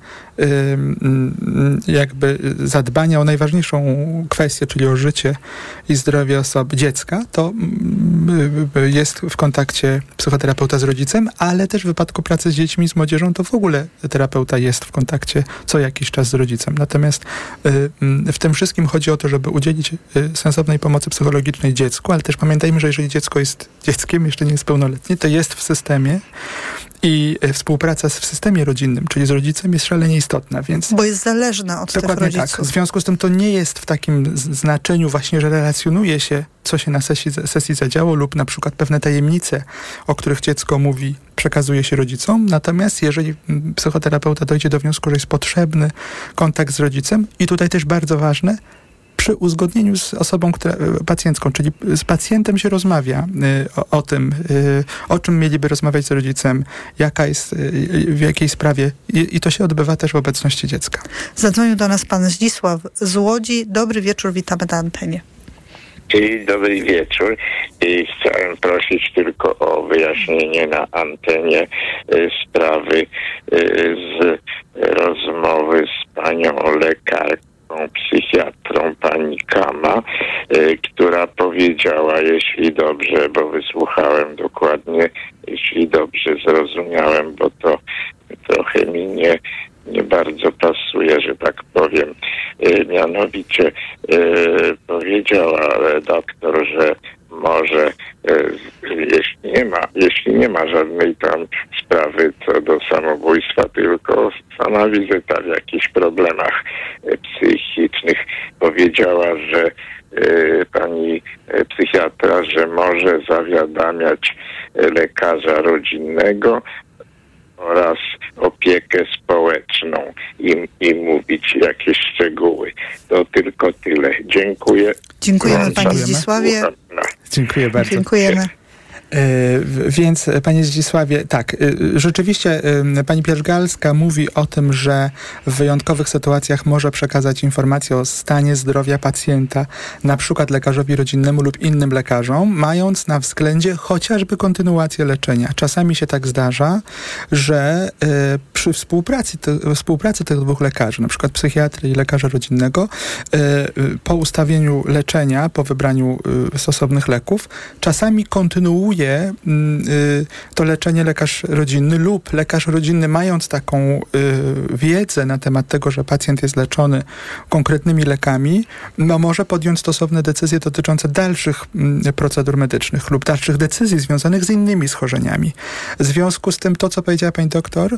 jakby zadbania o najważniejszą kwestię, czyli o życie i zdrowie osoby, dziecka, to jest w kontakcie psychoterapeuta z rodzicem, ale też w wypadku pracy z dziećmi, z młodzieżą, to w ogóle terapeuta jest w kontakcie co jakiś czas z rodzicem. Natomiast w tym wszystkim chodzi o to, żeby udzielić sensownej pomocy psychologicznej dziecku, ale też pamiętajmy, że jeżeli dziecko jest dzieckiem, jeszcze nie jest pełnoletnie, to jest w systemie i współpraca w systemie rodzinnym, czyli z rodzicem, jest szalenie istotna, więc... Bo jest zależna od tych rodziców. Tak. W związku z tym to nie jest w takim znaczeniu właśnie, że relacjonuje się, co się na sesji zadziało, lub na przykład pewne tajemnice, o których dziecko mówi, przekazuje się rodzicom. Natomiast jeżeli psychoterapeuta dojdzie do wniosku, że jest potrzebny kontakt z rodzicem, i tutaj też bardzo ważne, przy uzgodnieniu z osobą pacjentką, czyli z pacjentem się rozmawia o tym, o czym mieliby rozmawiać z rodzicem, jaka jest, w jakiej sprawie, i to się odbywa też w obecności dziecka. Zadzwonił do nas pan Zdzisław z Łodzi. Dobry wieczór, witamy na antenie. Dobry wieczór. Chciałem prosić tylko o wyjaśnienie na antenie sprawy z rozmowy z panią lekarką, psychiatrą, pani Kama, która powiedziała, jeśli dobrze, bo wysłuchałem dokładnie, jeśli dobrze zrozumiałem, bo to trochę mi nie bardzo pasuje, że tak powiem. Mianowicie powiedziała doktor, że może, jeśli nie ma żadnej tam sprawy co do samobójstwa, tylko sama wizyta w jakichś problemach psychicznych, powiedziała, że pani psychiatra, że może zawiadamiać lekarza rodzinnego oraz opiekę społeczną i mówić jakieś szczegóły. To tylko tyle. Dziękuję. Dziękujemy panie Zdzisławie. Dziękuję bardzo. Dziękujemy. Więc panie Zdzisławie, tak, rzeczywiście pani Pierzgalska mówi o tym, że w wyjątkowych sytuacjach może przekazać informacje o stanie zdrowia pacjenta, na przykład lekarzowi rodzinnemu lub innym lekarzom, mając na względzie chociażby kontynuację leczenia. Czasami się tak zdarza, że przy współpracy tych dwóch lekarzy, na przykład psychiatry i lekarza rodzinnego, po ustawieniu leczenia, po wybraniu stosownych leków, czasami kontynuuje to leczenie lekarz rodzinny, lub lekarz rodzinny, mając taką wiedzę na temat tego, że pacjent jest leczony konkretnymi lekami, może podjąć stosowne decyzje dotyczące dalszych procedur medycznych lub dalszych decyzji związanych z innymi schorzeniami. W związku z tym to, co powiedziała pani doktor,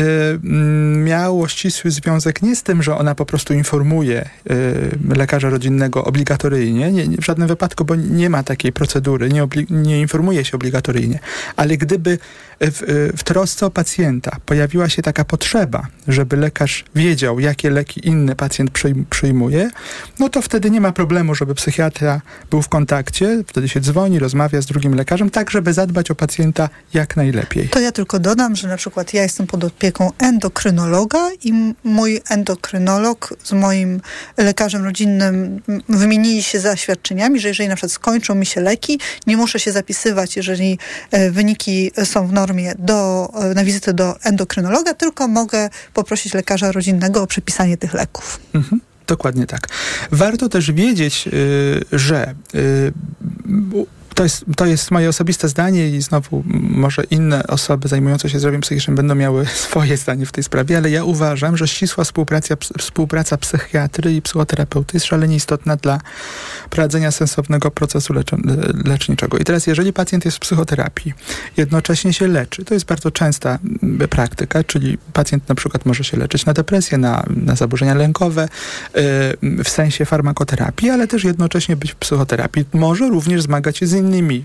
miało ścisły związek nie z tym, że ona po prostu informuje lekarza rodzinnego obligatoryjnie, w żadnym wypadku, bo nie ma takiej procedury, nie informuje się obligatoryjnie, ale gdyby w trosce o pacjenta pojawiła się taka potrzeba, żeby lekarz wiedział, jakie leki inny pacjent przyjmuje, no to wtedy nie ma problemu, żeby psychiatra był w kontakcie, wtedy się dzwoni, rozmawia z drugim lekarzem, tak żeby zadbać o pacjenta jak najlepiej. To ja tylko dodam, że na przykład ja jestem pod opieką endokrynologa i mój endokrynolog z moim lekarzem rodzinnym wymienili się zaświadczeniami, że jeżeli na przykład skończą mi się leki, nie muszę się zapisywać, jeżeli wyniki są w normie na wizytę do endokrynologa, tylko mogę poprosić lekarza rodzinnego o przepisanie tych leków. Mhm. Dokładnie tak. Warto też wiedzieć, że to jest moje osobiste zdanie i znowu może inne osoby zajmujące się zdrowiem psychicznym będą miały swoje zdanie w tej sprawie, ale ja uważam, że ścisła współpraca psychiatry i psychoterapeuty jest szalenie istotna dla prowadzenia sensownego procesu leczniczego. I teraz, jeżeli pacjent jest w psychoterapii, jednocześnie się leczy, to jest bardzo częsta praktyka, czyli pacjent na przykład może się leczyć na depresję, na zaburzenia lękowe, w sensie farmakoterapii, ale też jednocześnie być w psychoterapii. Może również zmagać się z innymi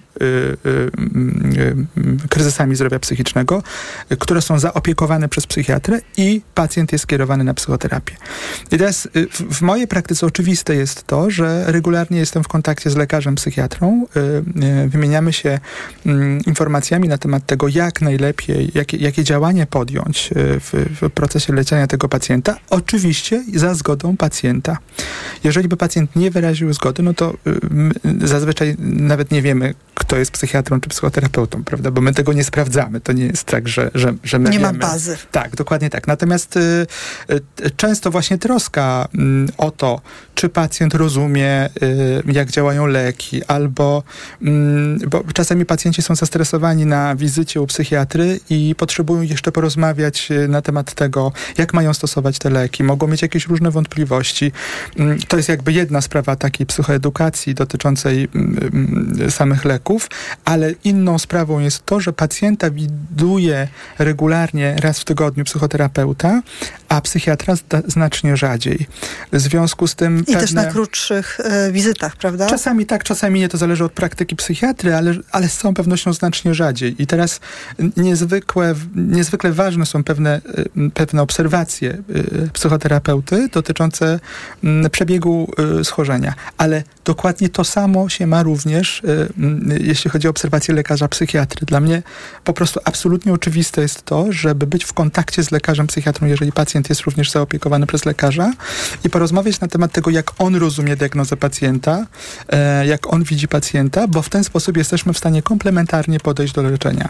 kryzysami zdrowia psychicznego, które są zaopiekowane przez psychiatrę i pacjent jest skierowany na psychoterapię. I teraz w mojej praktyce oczywiste jest to, że regularnie jestem w kontakcie z lekarzem psychiatrą, wymieniamy się informacjami na temat tego, jak najlepiej, jakie działania podjąć w procesie leczenia tego pacjenta, oczywiście za zgodą pacjenta. Jeżeli by pacjent nie wyraził zgody, no to zazwyczaj nawet nie wiemy, kto jest psychiatrą czy psychoterapeutą, prawda? Bo my tego nie sprawdzamy. To nie jest tak, że my nie wiemy. ma bazy. Tak, dokładnie tak. Natomiast często właśnie troska o to, czy pacjent rozumie, jak działają leki, albo bo czasami pacjenci są zestresowani na wizycie u psychiatry i potrzebują jeszcze porozmawiać na temat tego, jak mają stosować te leki. Mogą mieć jakieś różne wątpliwości. To jest jakby jedna sprawa takiej psychoedukacji dotyczącej samych leków, ale inną sprawą jest to, że pacjenta widuje regularnie raz w tygodniu psychoterapeuta, a psychiatra znacznie rzadziej. W związku z tym I też na krótszych wizytach, prawda? Czasami tak, czasami nie. To zależy od praktyki psychiatry, ale z całą pewnością znacznie rzadziej. I teraz niezwykle ważne są pewne obserwacje psychoterapeuty dotyczące przebiegu schorzenia. Ale dokładnie to samo się ma również, jeśli chodzi o obserwację lekarza psychiatry. Dla mnie po prostu absolutnie oczywiste jest to, żeby być w kontakcie z lekarzem psychiatrą, jeżeli pacjent jest również zaopiekowany przez lekarza i porozmawiać na temat tego, jak on rozumie diagnozę pacjenta, jak on widzi pacjenta, bo w ten sposób jesteśmy w stanie komplementarnie podejść do leczenia.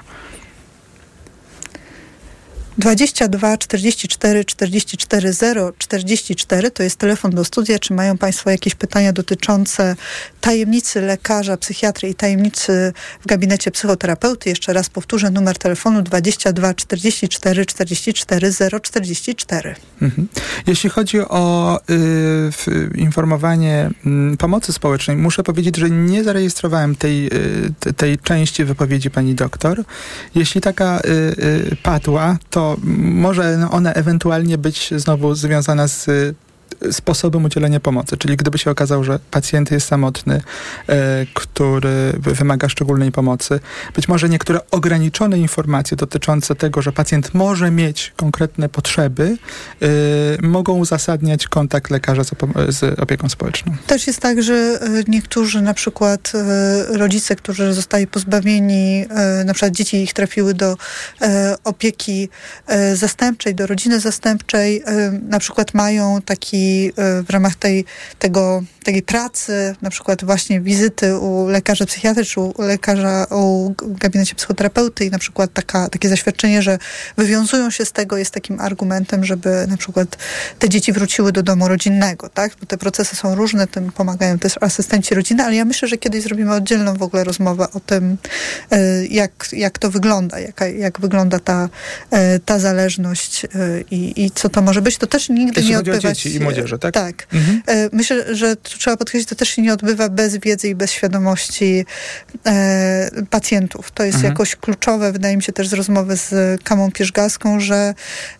22 44 44 0 44 to jest telefon do studia. Czy mają Państwo jakieś pytania dotyczące tajemnicy lekarza, psychiatry i tajemnicy w gabinecie psychoterapeuty? Jeszcze raz powtórzę numer telefonu 22 44 44 0 44. Jeśli chodzi o informowanie pomocy społecznej, muszę powiedzieć, że nie zarejestrowałem tej części wypowiedzi pani doktor. Jeśli taka padła, to może ona ewentualnie być znowu związana z sposobem udzielenia pomocy. Czyli gdyby się okazało, że pacjent jest samotny, który wymaga szczególnej pomocy, być może niektóre ograniczone informacje dotyczące tego, że pacjent może mieć konkretne potrzeby, mogą uzasadniać kontakt lekarza z opieką społeczną. Też jest tak, że niektórzy, na przykład rodzice, którzy zostali pozbawieni, na przykład dzieci ich trafiły do opieki zastępczej, do rodziny zastępczej, na przykład mają taki w ramach takiej pracy, na przykład właśnie wizyty u lekarza psychiatry, czy u lekarza u gabinecie psychoterapeuty i na przykład takie zaświadczenie, że wywiązują się z tego, jest takim argumentem, żeby na przykład te dzieci wróciły do domu rodzinnego, tak? Bo te procesy są różne, tym pomagają też asystenci rodziny, ale ja myślę, że kiedyś zrobimy oddzielną w ogóle rozmowę o tym, jak to wygląda, jak wygląda ta zależność i co to może być. To też nigdy nie odbywa się... dzieci i młodzieży, tak? Tak. Myślę, że trzeba podkreślić, to też się nie odbywa bez wiedzy i bez świadomości pacjentów. To jest jakoś kluczowe, wydaje mi się też z rozmowy z Kamą Pierzgalską, że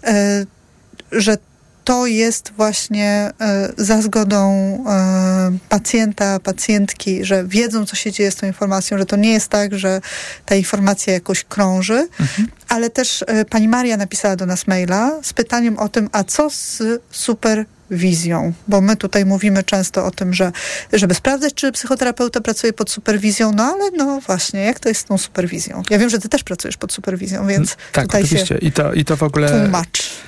to jest właśnie za zgodą pacjenta, pacjentki, że wiedzą, co się dzieje z tą informacją, że to nie jest tak, że ta informacja jakoś krąży, ale też pani Maria napisała do nas maila z pytaniem o tym, a co z superwizją? Bo my tutaj mówimy często o tym, żeby sprawdzać, czy psychoterapeuta pracuje pod superwizją, no ale no właśnie, jak to jest z tą superwizją? Ja wiem, że ty też pracujesz pod superwizją, więc tak, tutaj oczywiście. się I to w ogóle tłumacz.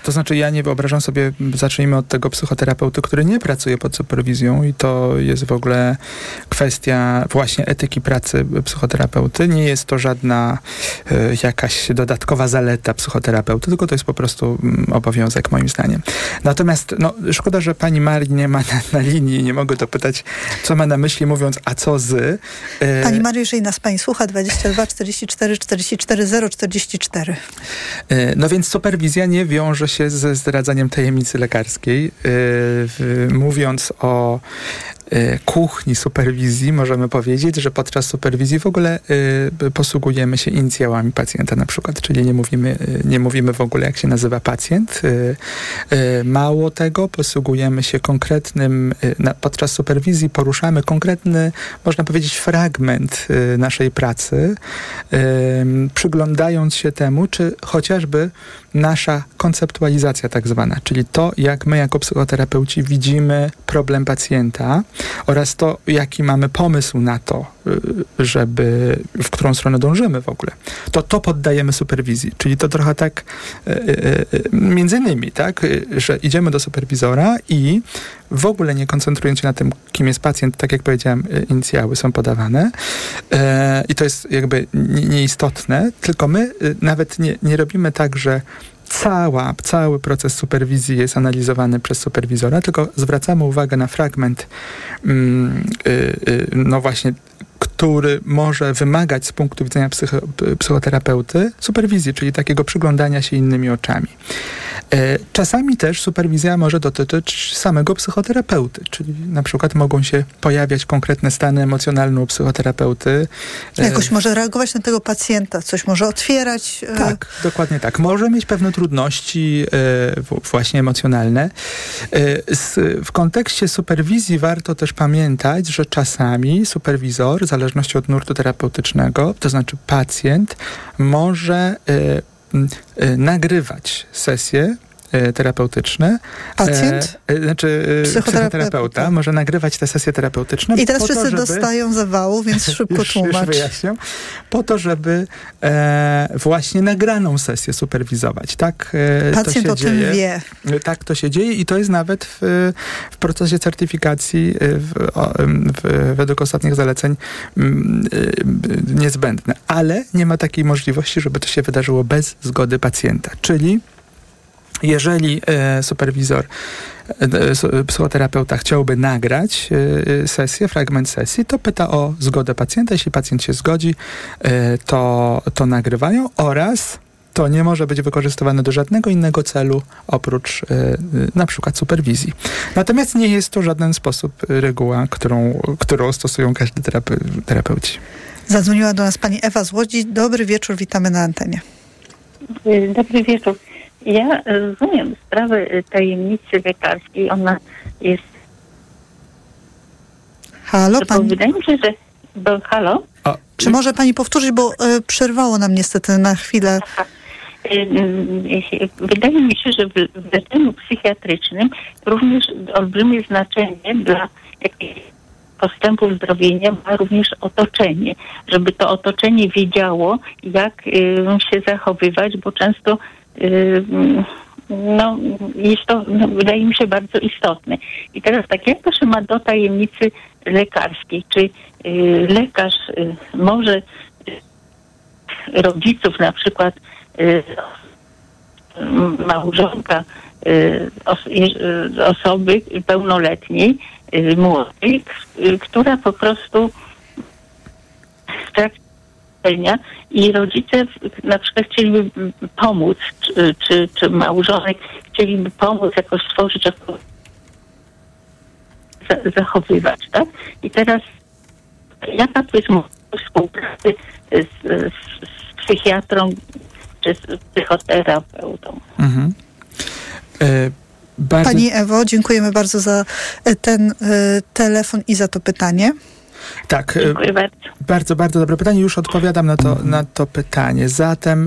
To znaczy ja nie wyobrażam sobie, zacznijmy od tego psychoterapeuty, który nie pracuje pod superwizją i to jest w ogóle kwestia właśnie etyki pracy psychoterapeuty. Nie jest to żadna jakaś dodatkowa zaleta psychoterapeuty, tylko to jest po prostu obowiązek moim zdaniem. Natomiast szkoda, że pani Marii nie ma na linii, nie mogę dopytać, co ma na myśli mówiąc, a co z... Pani Mario, jeżeli nas pani słucha, 22 44 44 044. No więc superwizja nie wiąże się ze zdradzaniem tajemnicy lekarskiej. Mówiąc o kuchni superwizji, możemy powiedzieć, że podczas superwizji w ogóle posługujemy się inicjałami pacjenta na przykład, czyli nie mówimy w ogóle, jak się nazywa pacjent. Mało tego, posługujemy się konkretnym, podczas superwizji poruszamy konkretny, można powiedzieć, fragment naszej pracy, przyglądając się temu, czy chociażby nasza konceptualizacja tak zwana, czyli to, jak my jako psychoterapeuci widzimy problem pacjenta oraz to, jaki mamy pomysł na to, w którą stronę dążymy w ogóle, to poddajemy superwizji. Czyli to trochę tak między innymi, tak, że idziemy do superwizora i w ogóle nie koncentrując się na tym, kim jest pacjent, tak jak powiedziałem, inicjały są podawane i to jest jakby nieistotne, tylko my nawet nie robimy tak, że cały proces superwizji jest analizowany przez superwizora, tylko zwracamy uwagę na fragment, no właśnie, który może wymagać z punktu widzenia psychoterapeuty superwizji, czyli takiego przyglądania się innymi oczami. Czasami też superwizja może dotyczyć samego psychoterapeuty, czyli na przykład mogą się pojawiać konkretne stany emocjonalne u psychoterapeuty. Jakoś może reagować na tego pacjenta, coś może otwierać. Tak, dokładnie tak. Może mieć pewne trudności właśnie emocjonalne. W kontekście superwizji warto też pamiętać, że czasami superwizor, w zależności od nurtu terapeutycznego, to znaczy pacjent, może nagrywać sesje terapeutyczne. Pacjent? Psychoterapeuta może nagrywać te sesje terapeutyczne. I teraz wszyscy dostają zawału, więc szybko tłumacz. Wyjaśniam. Po to, żeby właśnie nagraną sesję superwizować. Tak, pacjent to się o dzieje. tym wie. Tak, to się dzieje i to jest nawet w procesie certyfikacji według ostatnich zaleceń niezbędne. Ale nie ma takiej możliwości, żeby to się wydarzyło bez zgody pacjenta. Czyli jeżeli superwizor, psychoterapeuta chciałby nagrać sesję, fragment sesji, to pyta o zgodę pacjenta. Jeśli pacjent się zgodzi, to nagrywają oraz to nie może być wykorzystywane do żadnego innego celu oprócz na przykład superwizji. Natomiast nie jest to w żaden sposób reguła, którą stosują każdy terapeuci. Zadzwoniła do nas pani Ewa z Łodzi. Dobry wieczór, witamy na antenie. Dobry wieczór. Ja rozumiem sprawę tajemnicy lekarskiej. Ona jest... Halo, pani... Wydaje mi się, że... Halo? Czy może pani powtórzyć, bo przerwało nam niestety na chwilę. Wydaje mi się, że w leczeniu psychiatrycznym również olbrzymie znaczenie dla postępu zdrowienia ma również otoczenie. Żeby to otoczenie wiedziało, jak się zachowywać, bo często jest to, wydaje mi się, bardzo istotne. I teraz tak, jak to się ma do tajemnicy lekarskiej? Czy lekarz może rodziców, na przykład małżonka osoby pełnoletniej, młodej, która po prostu w trakcie i rodzice na przykład chcieliby pomóc, czy małżonek chcieliby pomóc jakoś stworzyć, zachowywać, tak? I teraz jaka to jest możliwość współpracy z psychiatrą czy z psychoterapeutą? Mhm. Pani Ewo, dziękujemy bardzo za ten telefon i za to pytanie. Tak, dziękuję bardzo. Bardzo, bardzo dobre pytanie. Już odpowiadam na to pytanie. Zatem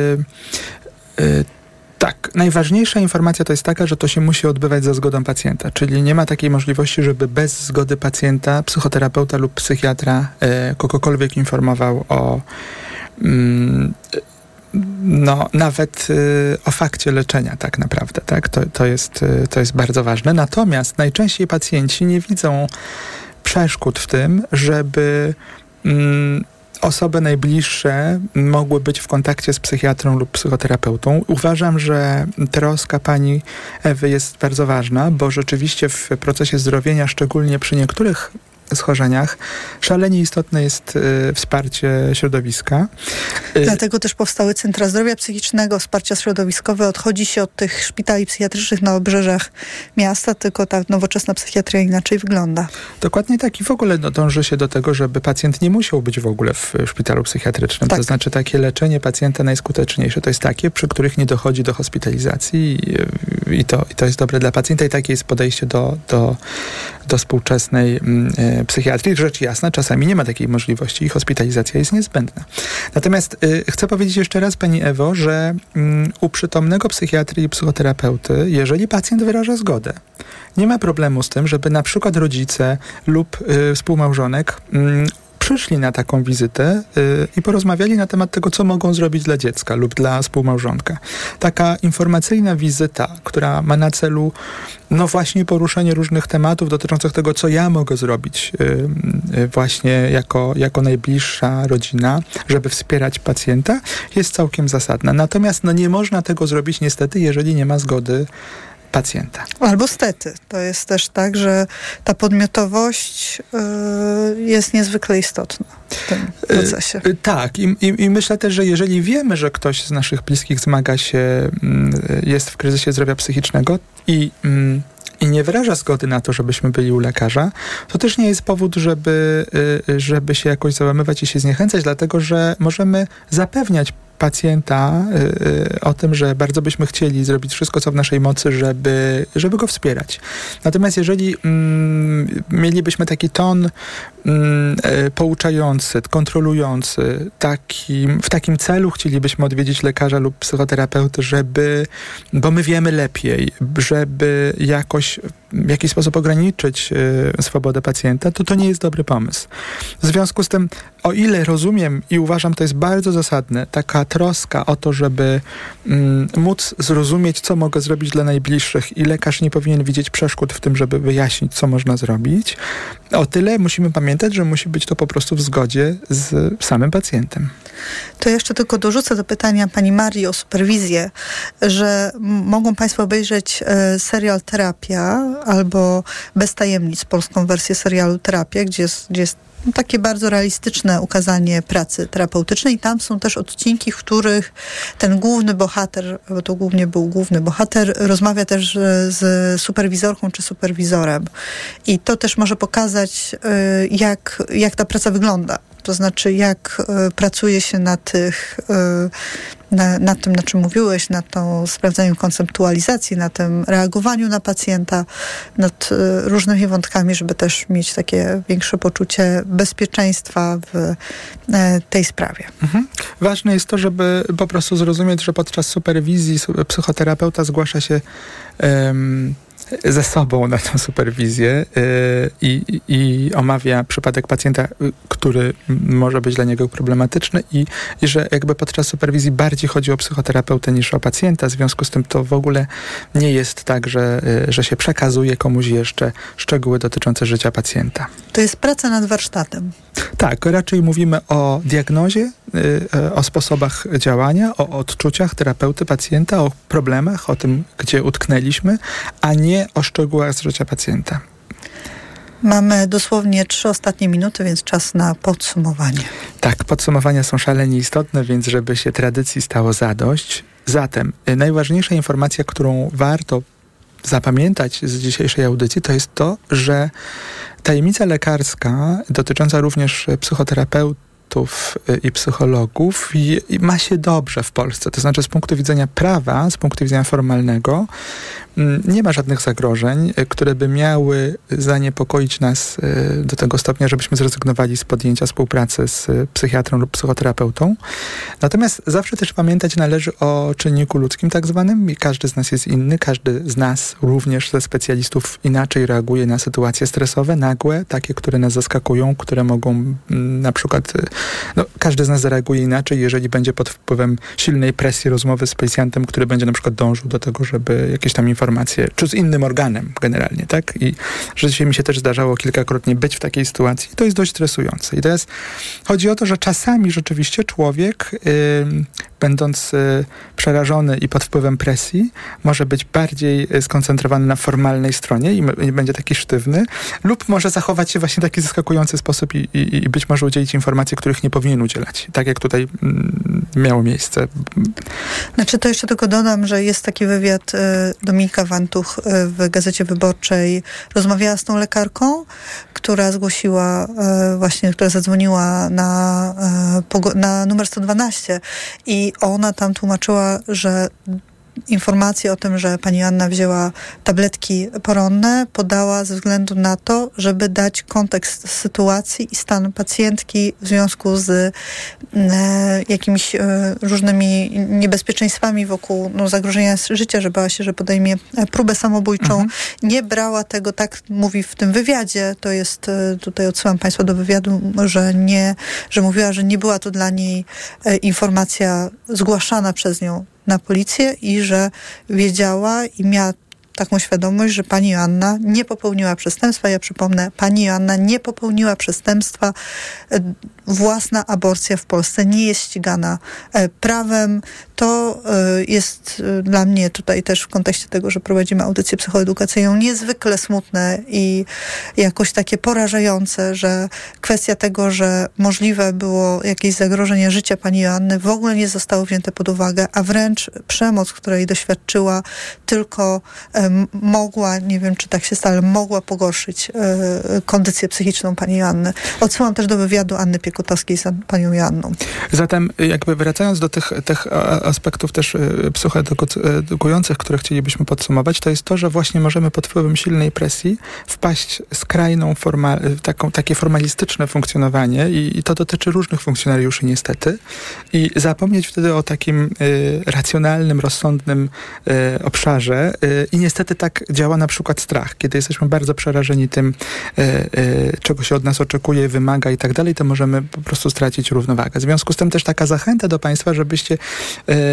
tak, najważniejsza informacja to jest taka, że to się musi odbywać za zgodą pacjenta, czyli nie ma takiej możliwości, żeby bez zgody pacjenta psychoterapeuta lub psychiatra kogokolwiek informował o nawet o fakcie leczenia tak naprawdę, tak? To jest bardzo ważne. Natomiast najczęściej pacjenci nie widzą przeszkód w tym, żeby osoby najbliższe mogły być w kontakcie z psychiatrą lub psychoterapeutą. Uważam, że troska pani Ewy jest bardzo ważna, bo rzeczywiście w procesie zdrowienia, szczególnie przy niektórych schorzeniach, szalenie istotne jest wsparcie środowiska. Dlatego też powstały centra zdrowia psychicznego, wsparcia środowiskowe. Odchodzi się od tych szpitali psychiatrycznych na obrzeżach miasta, tylko ta nowoczesna psychiatria inaczej wygląda. Dokładnie tak i w ogóle dąży się do tego, żeby pacjent nie musiał być w ogóle w szpitalu psychiatrycznym. Tak. To znaczy takie leczenie pacjenta najskuteczniejsze to jest takie, przy których nie dochodzi do hospitalizacji i to jest dobre dla pacjenta i takie jest podejście do współczesnej psychiatrii. Rzecz jasna, czasami nie ma takiej możliwości i hospitalizacja jest niezbędna. Natomiast chcę powiedzieć jeszcze raz, pani Ewo, że u przytomnego psychiatry i psychoterapeuty, jeżeli pacjent wyraża zgodę, nie ma problemu z tym, żeby na przykład rodzice lub współmałżonek przyszli na taką wizytę i porozmawiali na temat tego, co mogą zrobić dla dziecka lub dla współmałżonka. Taka informacyjna wizyta, która ma na celu właśnie poruszenie różnych tematów dotyczących tego, co ja mogę zrobić właśnie jako najbliższa rodzina, żeby wspierać pacjenta, jest całkiem zasadna. Natomiast nie można tego zrobić niestety, jeżeli nie ma zgody pacjenta. Albo stety. To jest też tak, że ta podmiotowość jest niezwykle istotna w tym procesie. Tak. I myślę też, że jeżeli wiemy, że ktoś z naszych bliskich zmaga się, jest w kryzysie zdrowia psychicznego i nie wyraża zgody na to, żebyśmy byli u lekarza, to też nie jest powód, żeby się jakoś załamywać i się zniechęcać, dlatego że możemy zapewniać pacjenta o tym, że bardzo byśmy chcieli zrobić wszystko, co w naszej mocy, żeby go wspierać. Natomiast jeżeli mielibyśmy taki ton pouczający, kontrolujący, w takim celu chcielibyśmy odwiedzić lekarza lub psychoterapeuty, bo my wiemy lepiej, żeby w jakiś sposób ograniczyć swobodę pacjenta, to nie jest dobry pomysł. W związku z tym, o ile rozumiem i uważam, to jest bardzo zasadne, taka troska o to, żeby móc zrozumieć, co mogę zrobić dla najbliższych i lekarz nie powinien widzieć przeszkód w tym, żeby wyjaśnić, co można zrobić, o tyle musimy pamiętać, że musi być to po prostu w zgodzie z samym pacjentem. To jeszcze tylko dorzucę do pytania pani Marii o superwizję, że mogą państwo obejrzeć serial Terapia albo Bez tajemnic, polską wersję serialu Terapia, gdzie jest takie bardzo realistyczne ukazanie pracy terapeutycznej i tam są też odcinki, w których ten główny bohater, bo to głównie był główny bohater, rozmawia też z superwizorką czy superwizorem. I to też może pokazać, jak ta praca wygląda. To znaczy, jak pracuje się na tym, na czym mówiłeś, na tą sprawdzaniu konceptualizacji, na tym reagowaniu na pacjenta, nad różnymi wątkami, żeby też mieć takie większe poczucie bezpieczeństwa w tej sprawie. Mhm. Ważne jest to, żeby po prostu zrozumieć, że podczas superwizji psychoterapeuta zgłasza się ze sobą na tę superwizję i omawia przypadek pacjenta, który może być dla niego problematyczny i że jakby podczas superwizji bardziej chodzi o psychoterapeutę niż o pacjenta. W związku z tym to w ogóle nie jest tak, że się przekazuje komuś jeszcze szczegóły dotyczące życia pacjenta. To jest praca nad warsztatem. Tak, raczej mówimy o diagnozie, o sposobach działania, o odczuciach terapeuty pacjenta, o problemach, o tym, gdzie utknęliśmy, a nie o szczegółach z życia pacjenta. Mamy dosłownie 3 ostatnie minuty, więc czas na podsumowanie. Tak, podsumowania są szalenie istotne, więc żeby się tradycji stało zadość. Zatem najważniejsza informacja, którą warto zapamiętać z dzisiejszej audycji, to jest to, że tajemnica lekarska dotycząca również psychoterapeutów i psychologów ma się dobrze w Polsce. To znaczy z punktu widzenia prawa, z punktu widzenia formalnego nie ma żadnych zagrożeń, które by miały zaniepokoić nas do tego stopnia, żebyśmy zrezygnowali z podjęcia współpracy z psychiatrą lub psychoterapeutą. Natomiast zawsze też pamiętać należy o czynniku ludzkim tak zwanym i każdy z nas jest inny, każdy z nas również ze specjalistów inaczej reaguje na sytuacje stresowe, nagłe, takie, które nas zaskakują, które mogą na przykład każdy z nas zareaguje inaczej, jeżeli będzie pod wpływem silnej presji rozmowy z policjantem, który będzie na przykład dążył do tego, żeby jakieś tam informacje, czy z innym organem generalnie, tak? I rzeczywiście mi się też zdarzało kilkakrotnie być w takiej sytuacji. To jest dość stresujące. I teraz chodzi o to, że czasami rzeczywiście człowiek, będąc przerażony i pod wpływem presji, może być bardziej skoncentrowany na formalnej stronie i będzie taki sztywny, lub może zachować się właśnie w taki zaskakujący sposób i być może udzielić informacji, których nie powinien udzielać. Tak jak tutaj miało miejsce. Znaczy, to jeszcze tylko dodam, że jest taki wywiad Dominika Wantuch w Gazecie Wyborczej. Rozmawiała z tą lekarką, która zgłosiła właśnie, która zadzwoniła na numer 112 i ona tam tłumaczyła, że informację o tym, że pani Joanna wzięła tabletki poronne, podała ze względu na to, żeby dać kontekst sytuacji i stan pacjentki w związku z jakimiś różnymi niebezpieczeństwami wokół zagrożenia życia, że bała się, że podejmie próbę samobójczą. Nie brała tego, tak mówi w tym wywiadzie, to jest, tutaj odsyłam państwa do wywiadu, że mówiła, że nie była to dla niej informacja zgłaszana przez nią na policję i że wiedziała i miała taką świadomość, że pani Joanna nie popełniła przestępstwa. Ja przypomnę, pani Joanna nie popełniła przestępstwa. Własna aborcja w Polsce nie jest ścigana prawem. To jest dla mnie tutaj też w kontekście tego, że prowadzimy audycję psychoedukacyjną, niezwykle smutne i jakoś takie porażające, że kwestia tego, że możliwe było jakieś zagrożenie życia pani Joanny w ogóle nie zostało wzięte pod uwagę, a wręcz przemoc, której doświadczyła, tylko mogła, nie wiem czy tak się stało, mogła pogorszyć kondycję psychiczną pani Joanny. Odsyłam też do wywiadu Anny Piekutowskiej z panią Joanną. Zatem jakby wracając do tych aspektów też psychoedukujących, które chcielibyśmy podsumować, to jest to, że właśnie możemy pod wpływem silnej presji wpaść w skrajną takie formalistyczne funkcjonowanie i to dotyczy różnych funkcjonariuszy niestety i zapomnieć wtedy o takim racjonalnym, rozsądnym obszarze i niestety tak działa na przykład strach. Kiedy jesteśmy bardzo przerażeni tym, czego się od nas oczekuje, wymaga i tak dalej, to możemy po prostu stracić równowagę. W związku z tym też taka zachęta do państwa, żebyście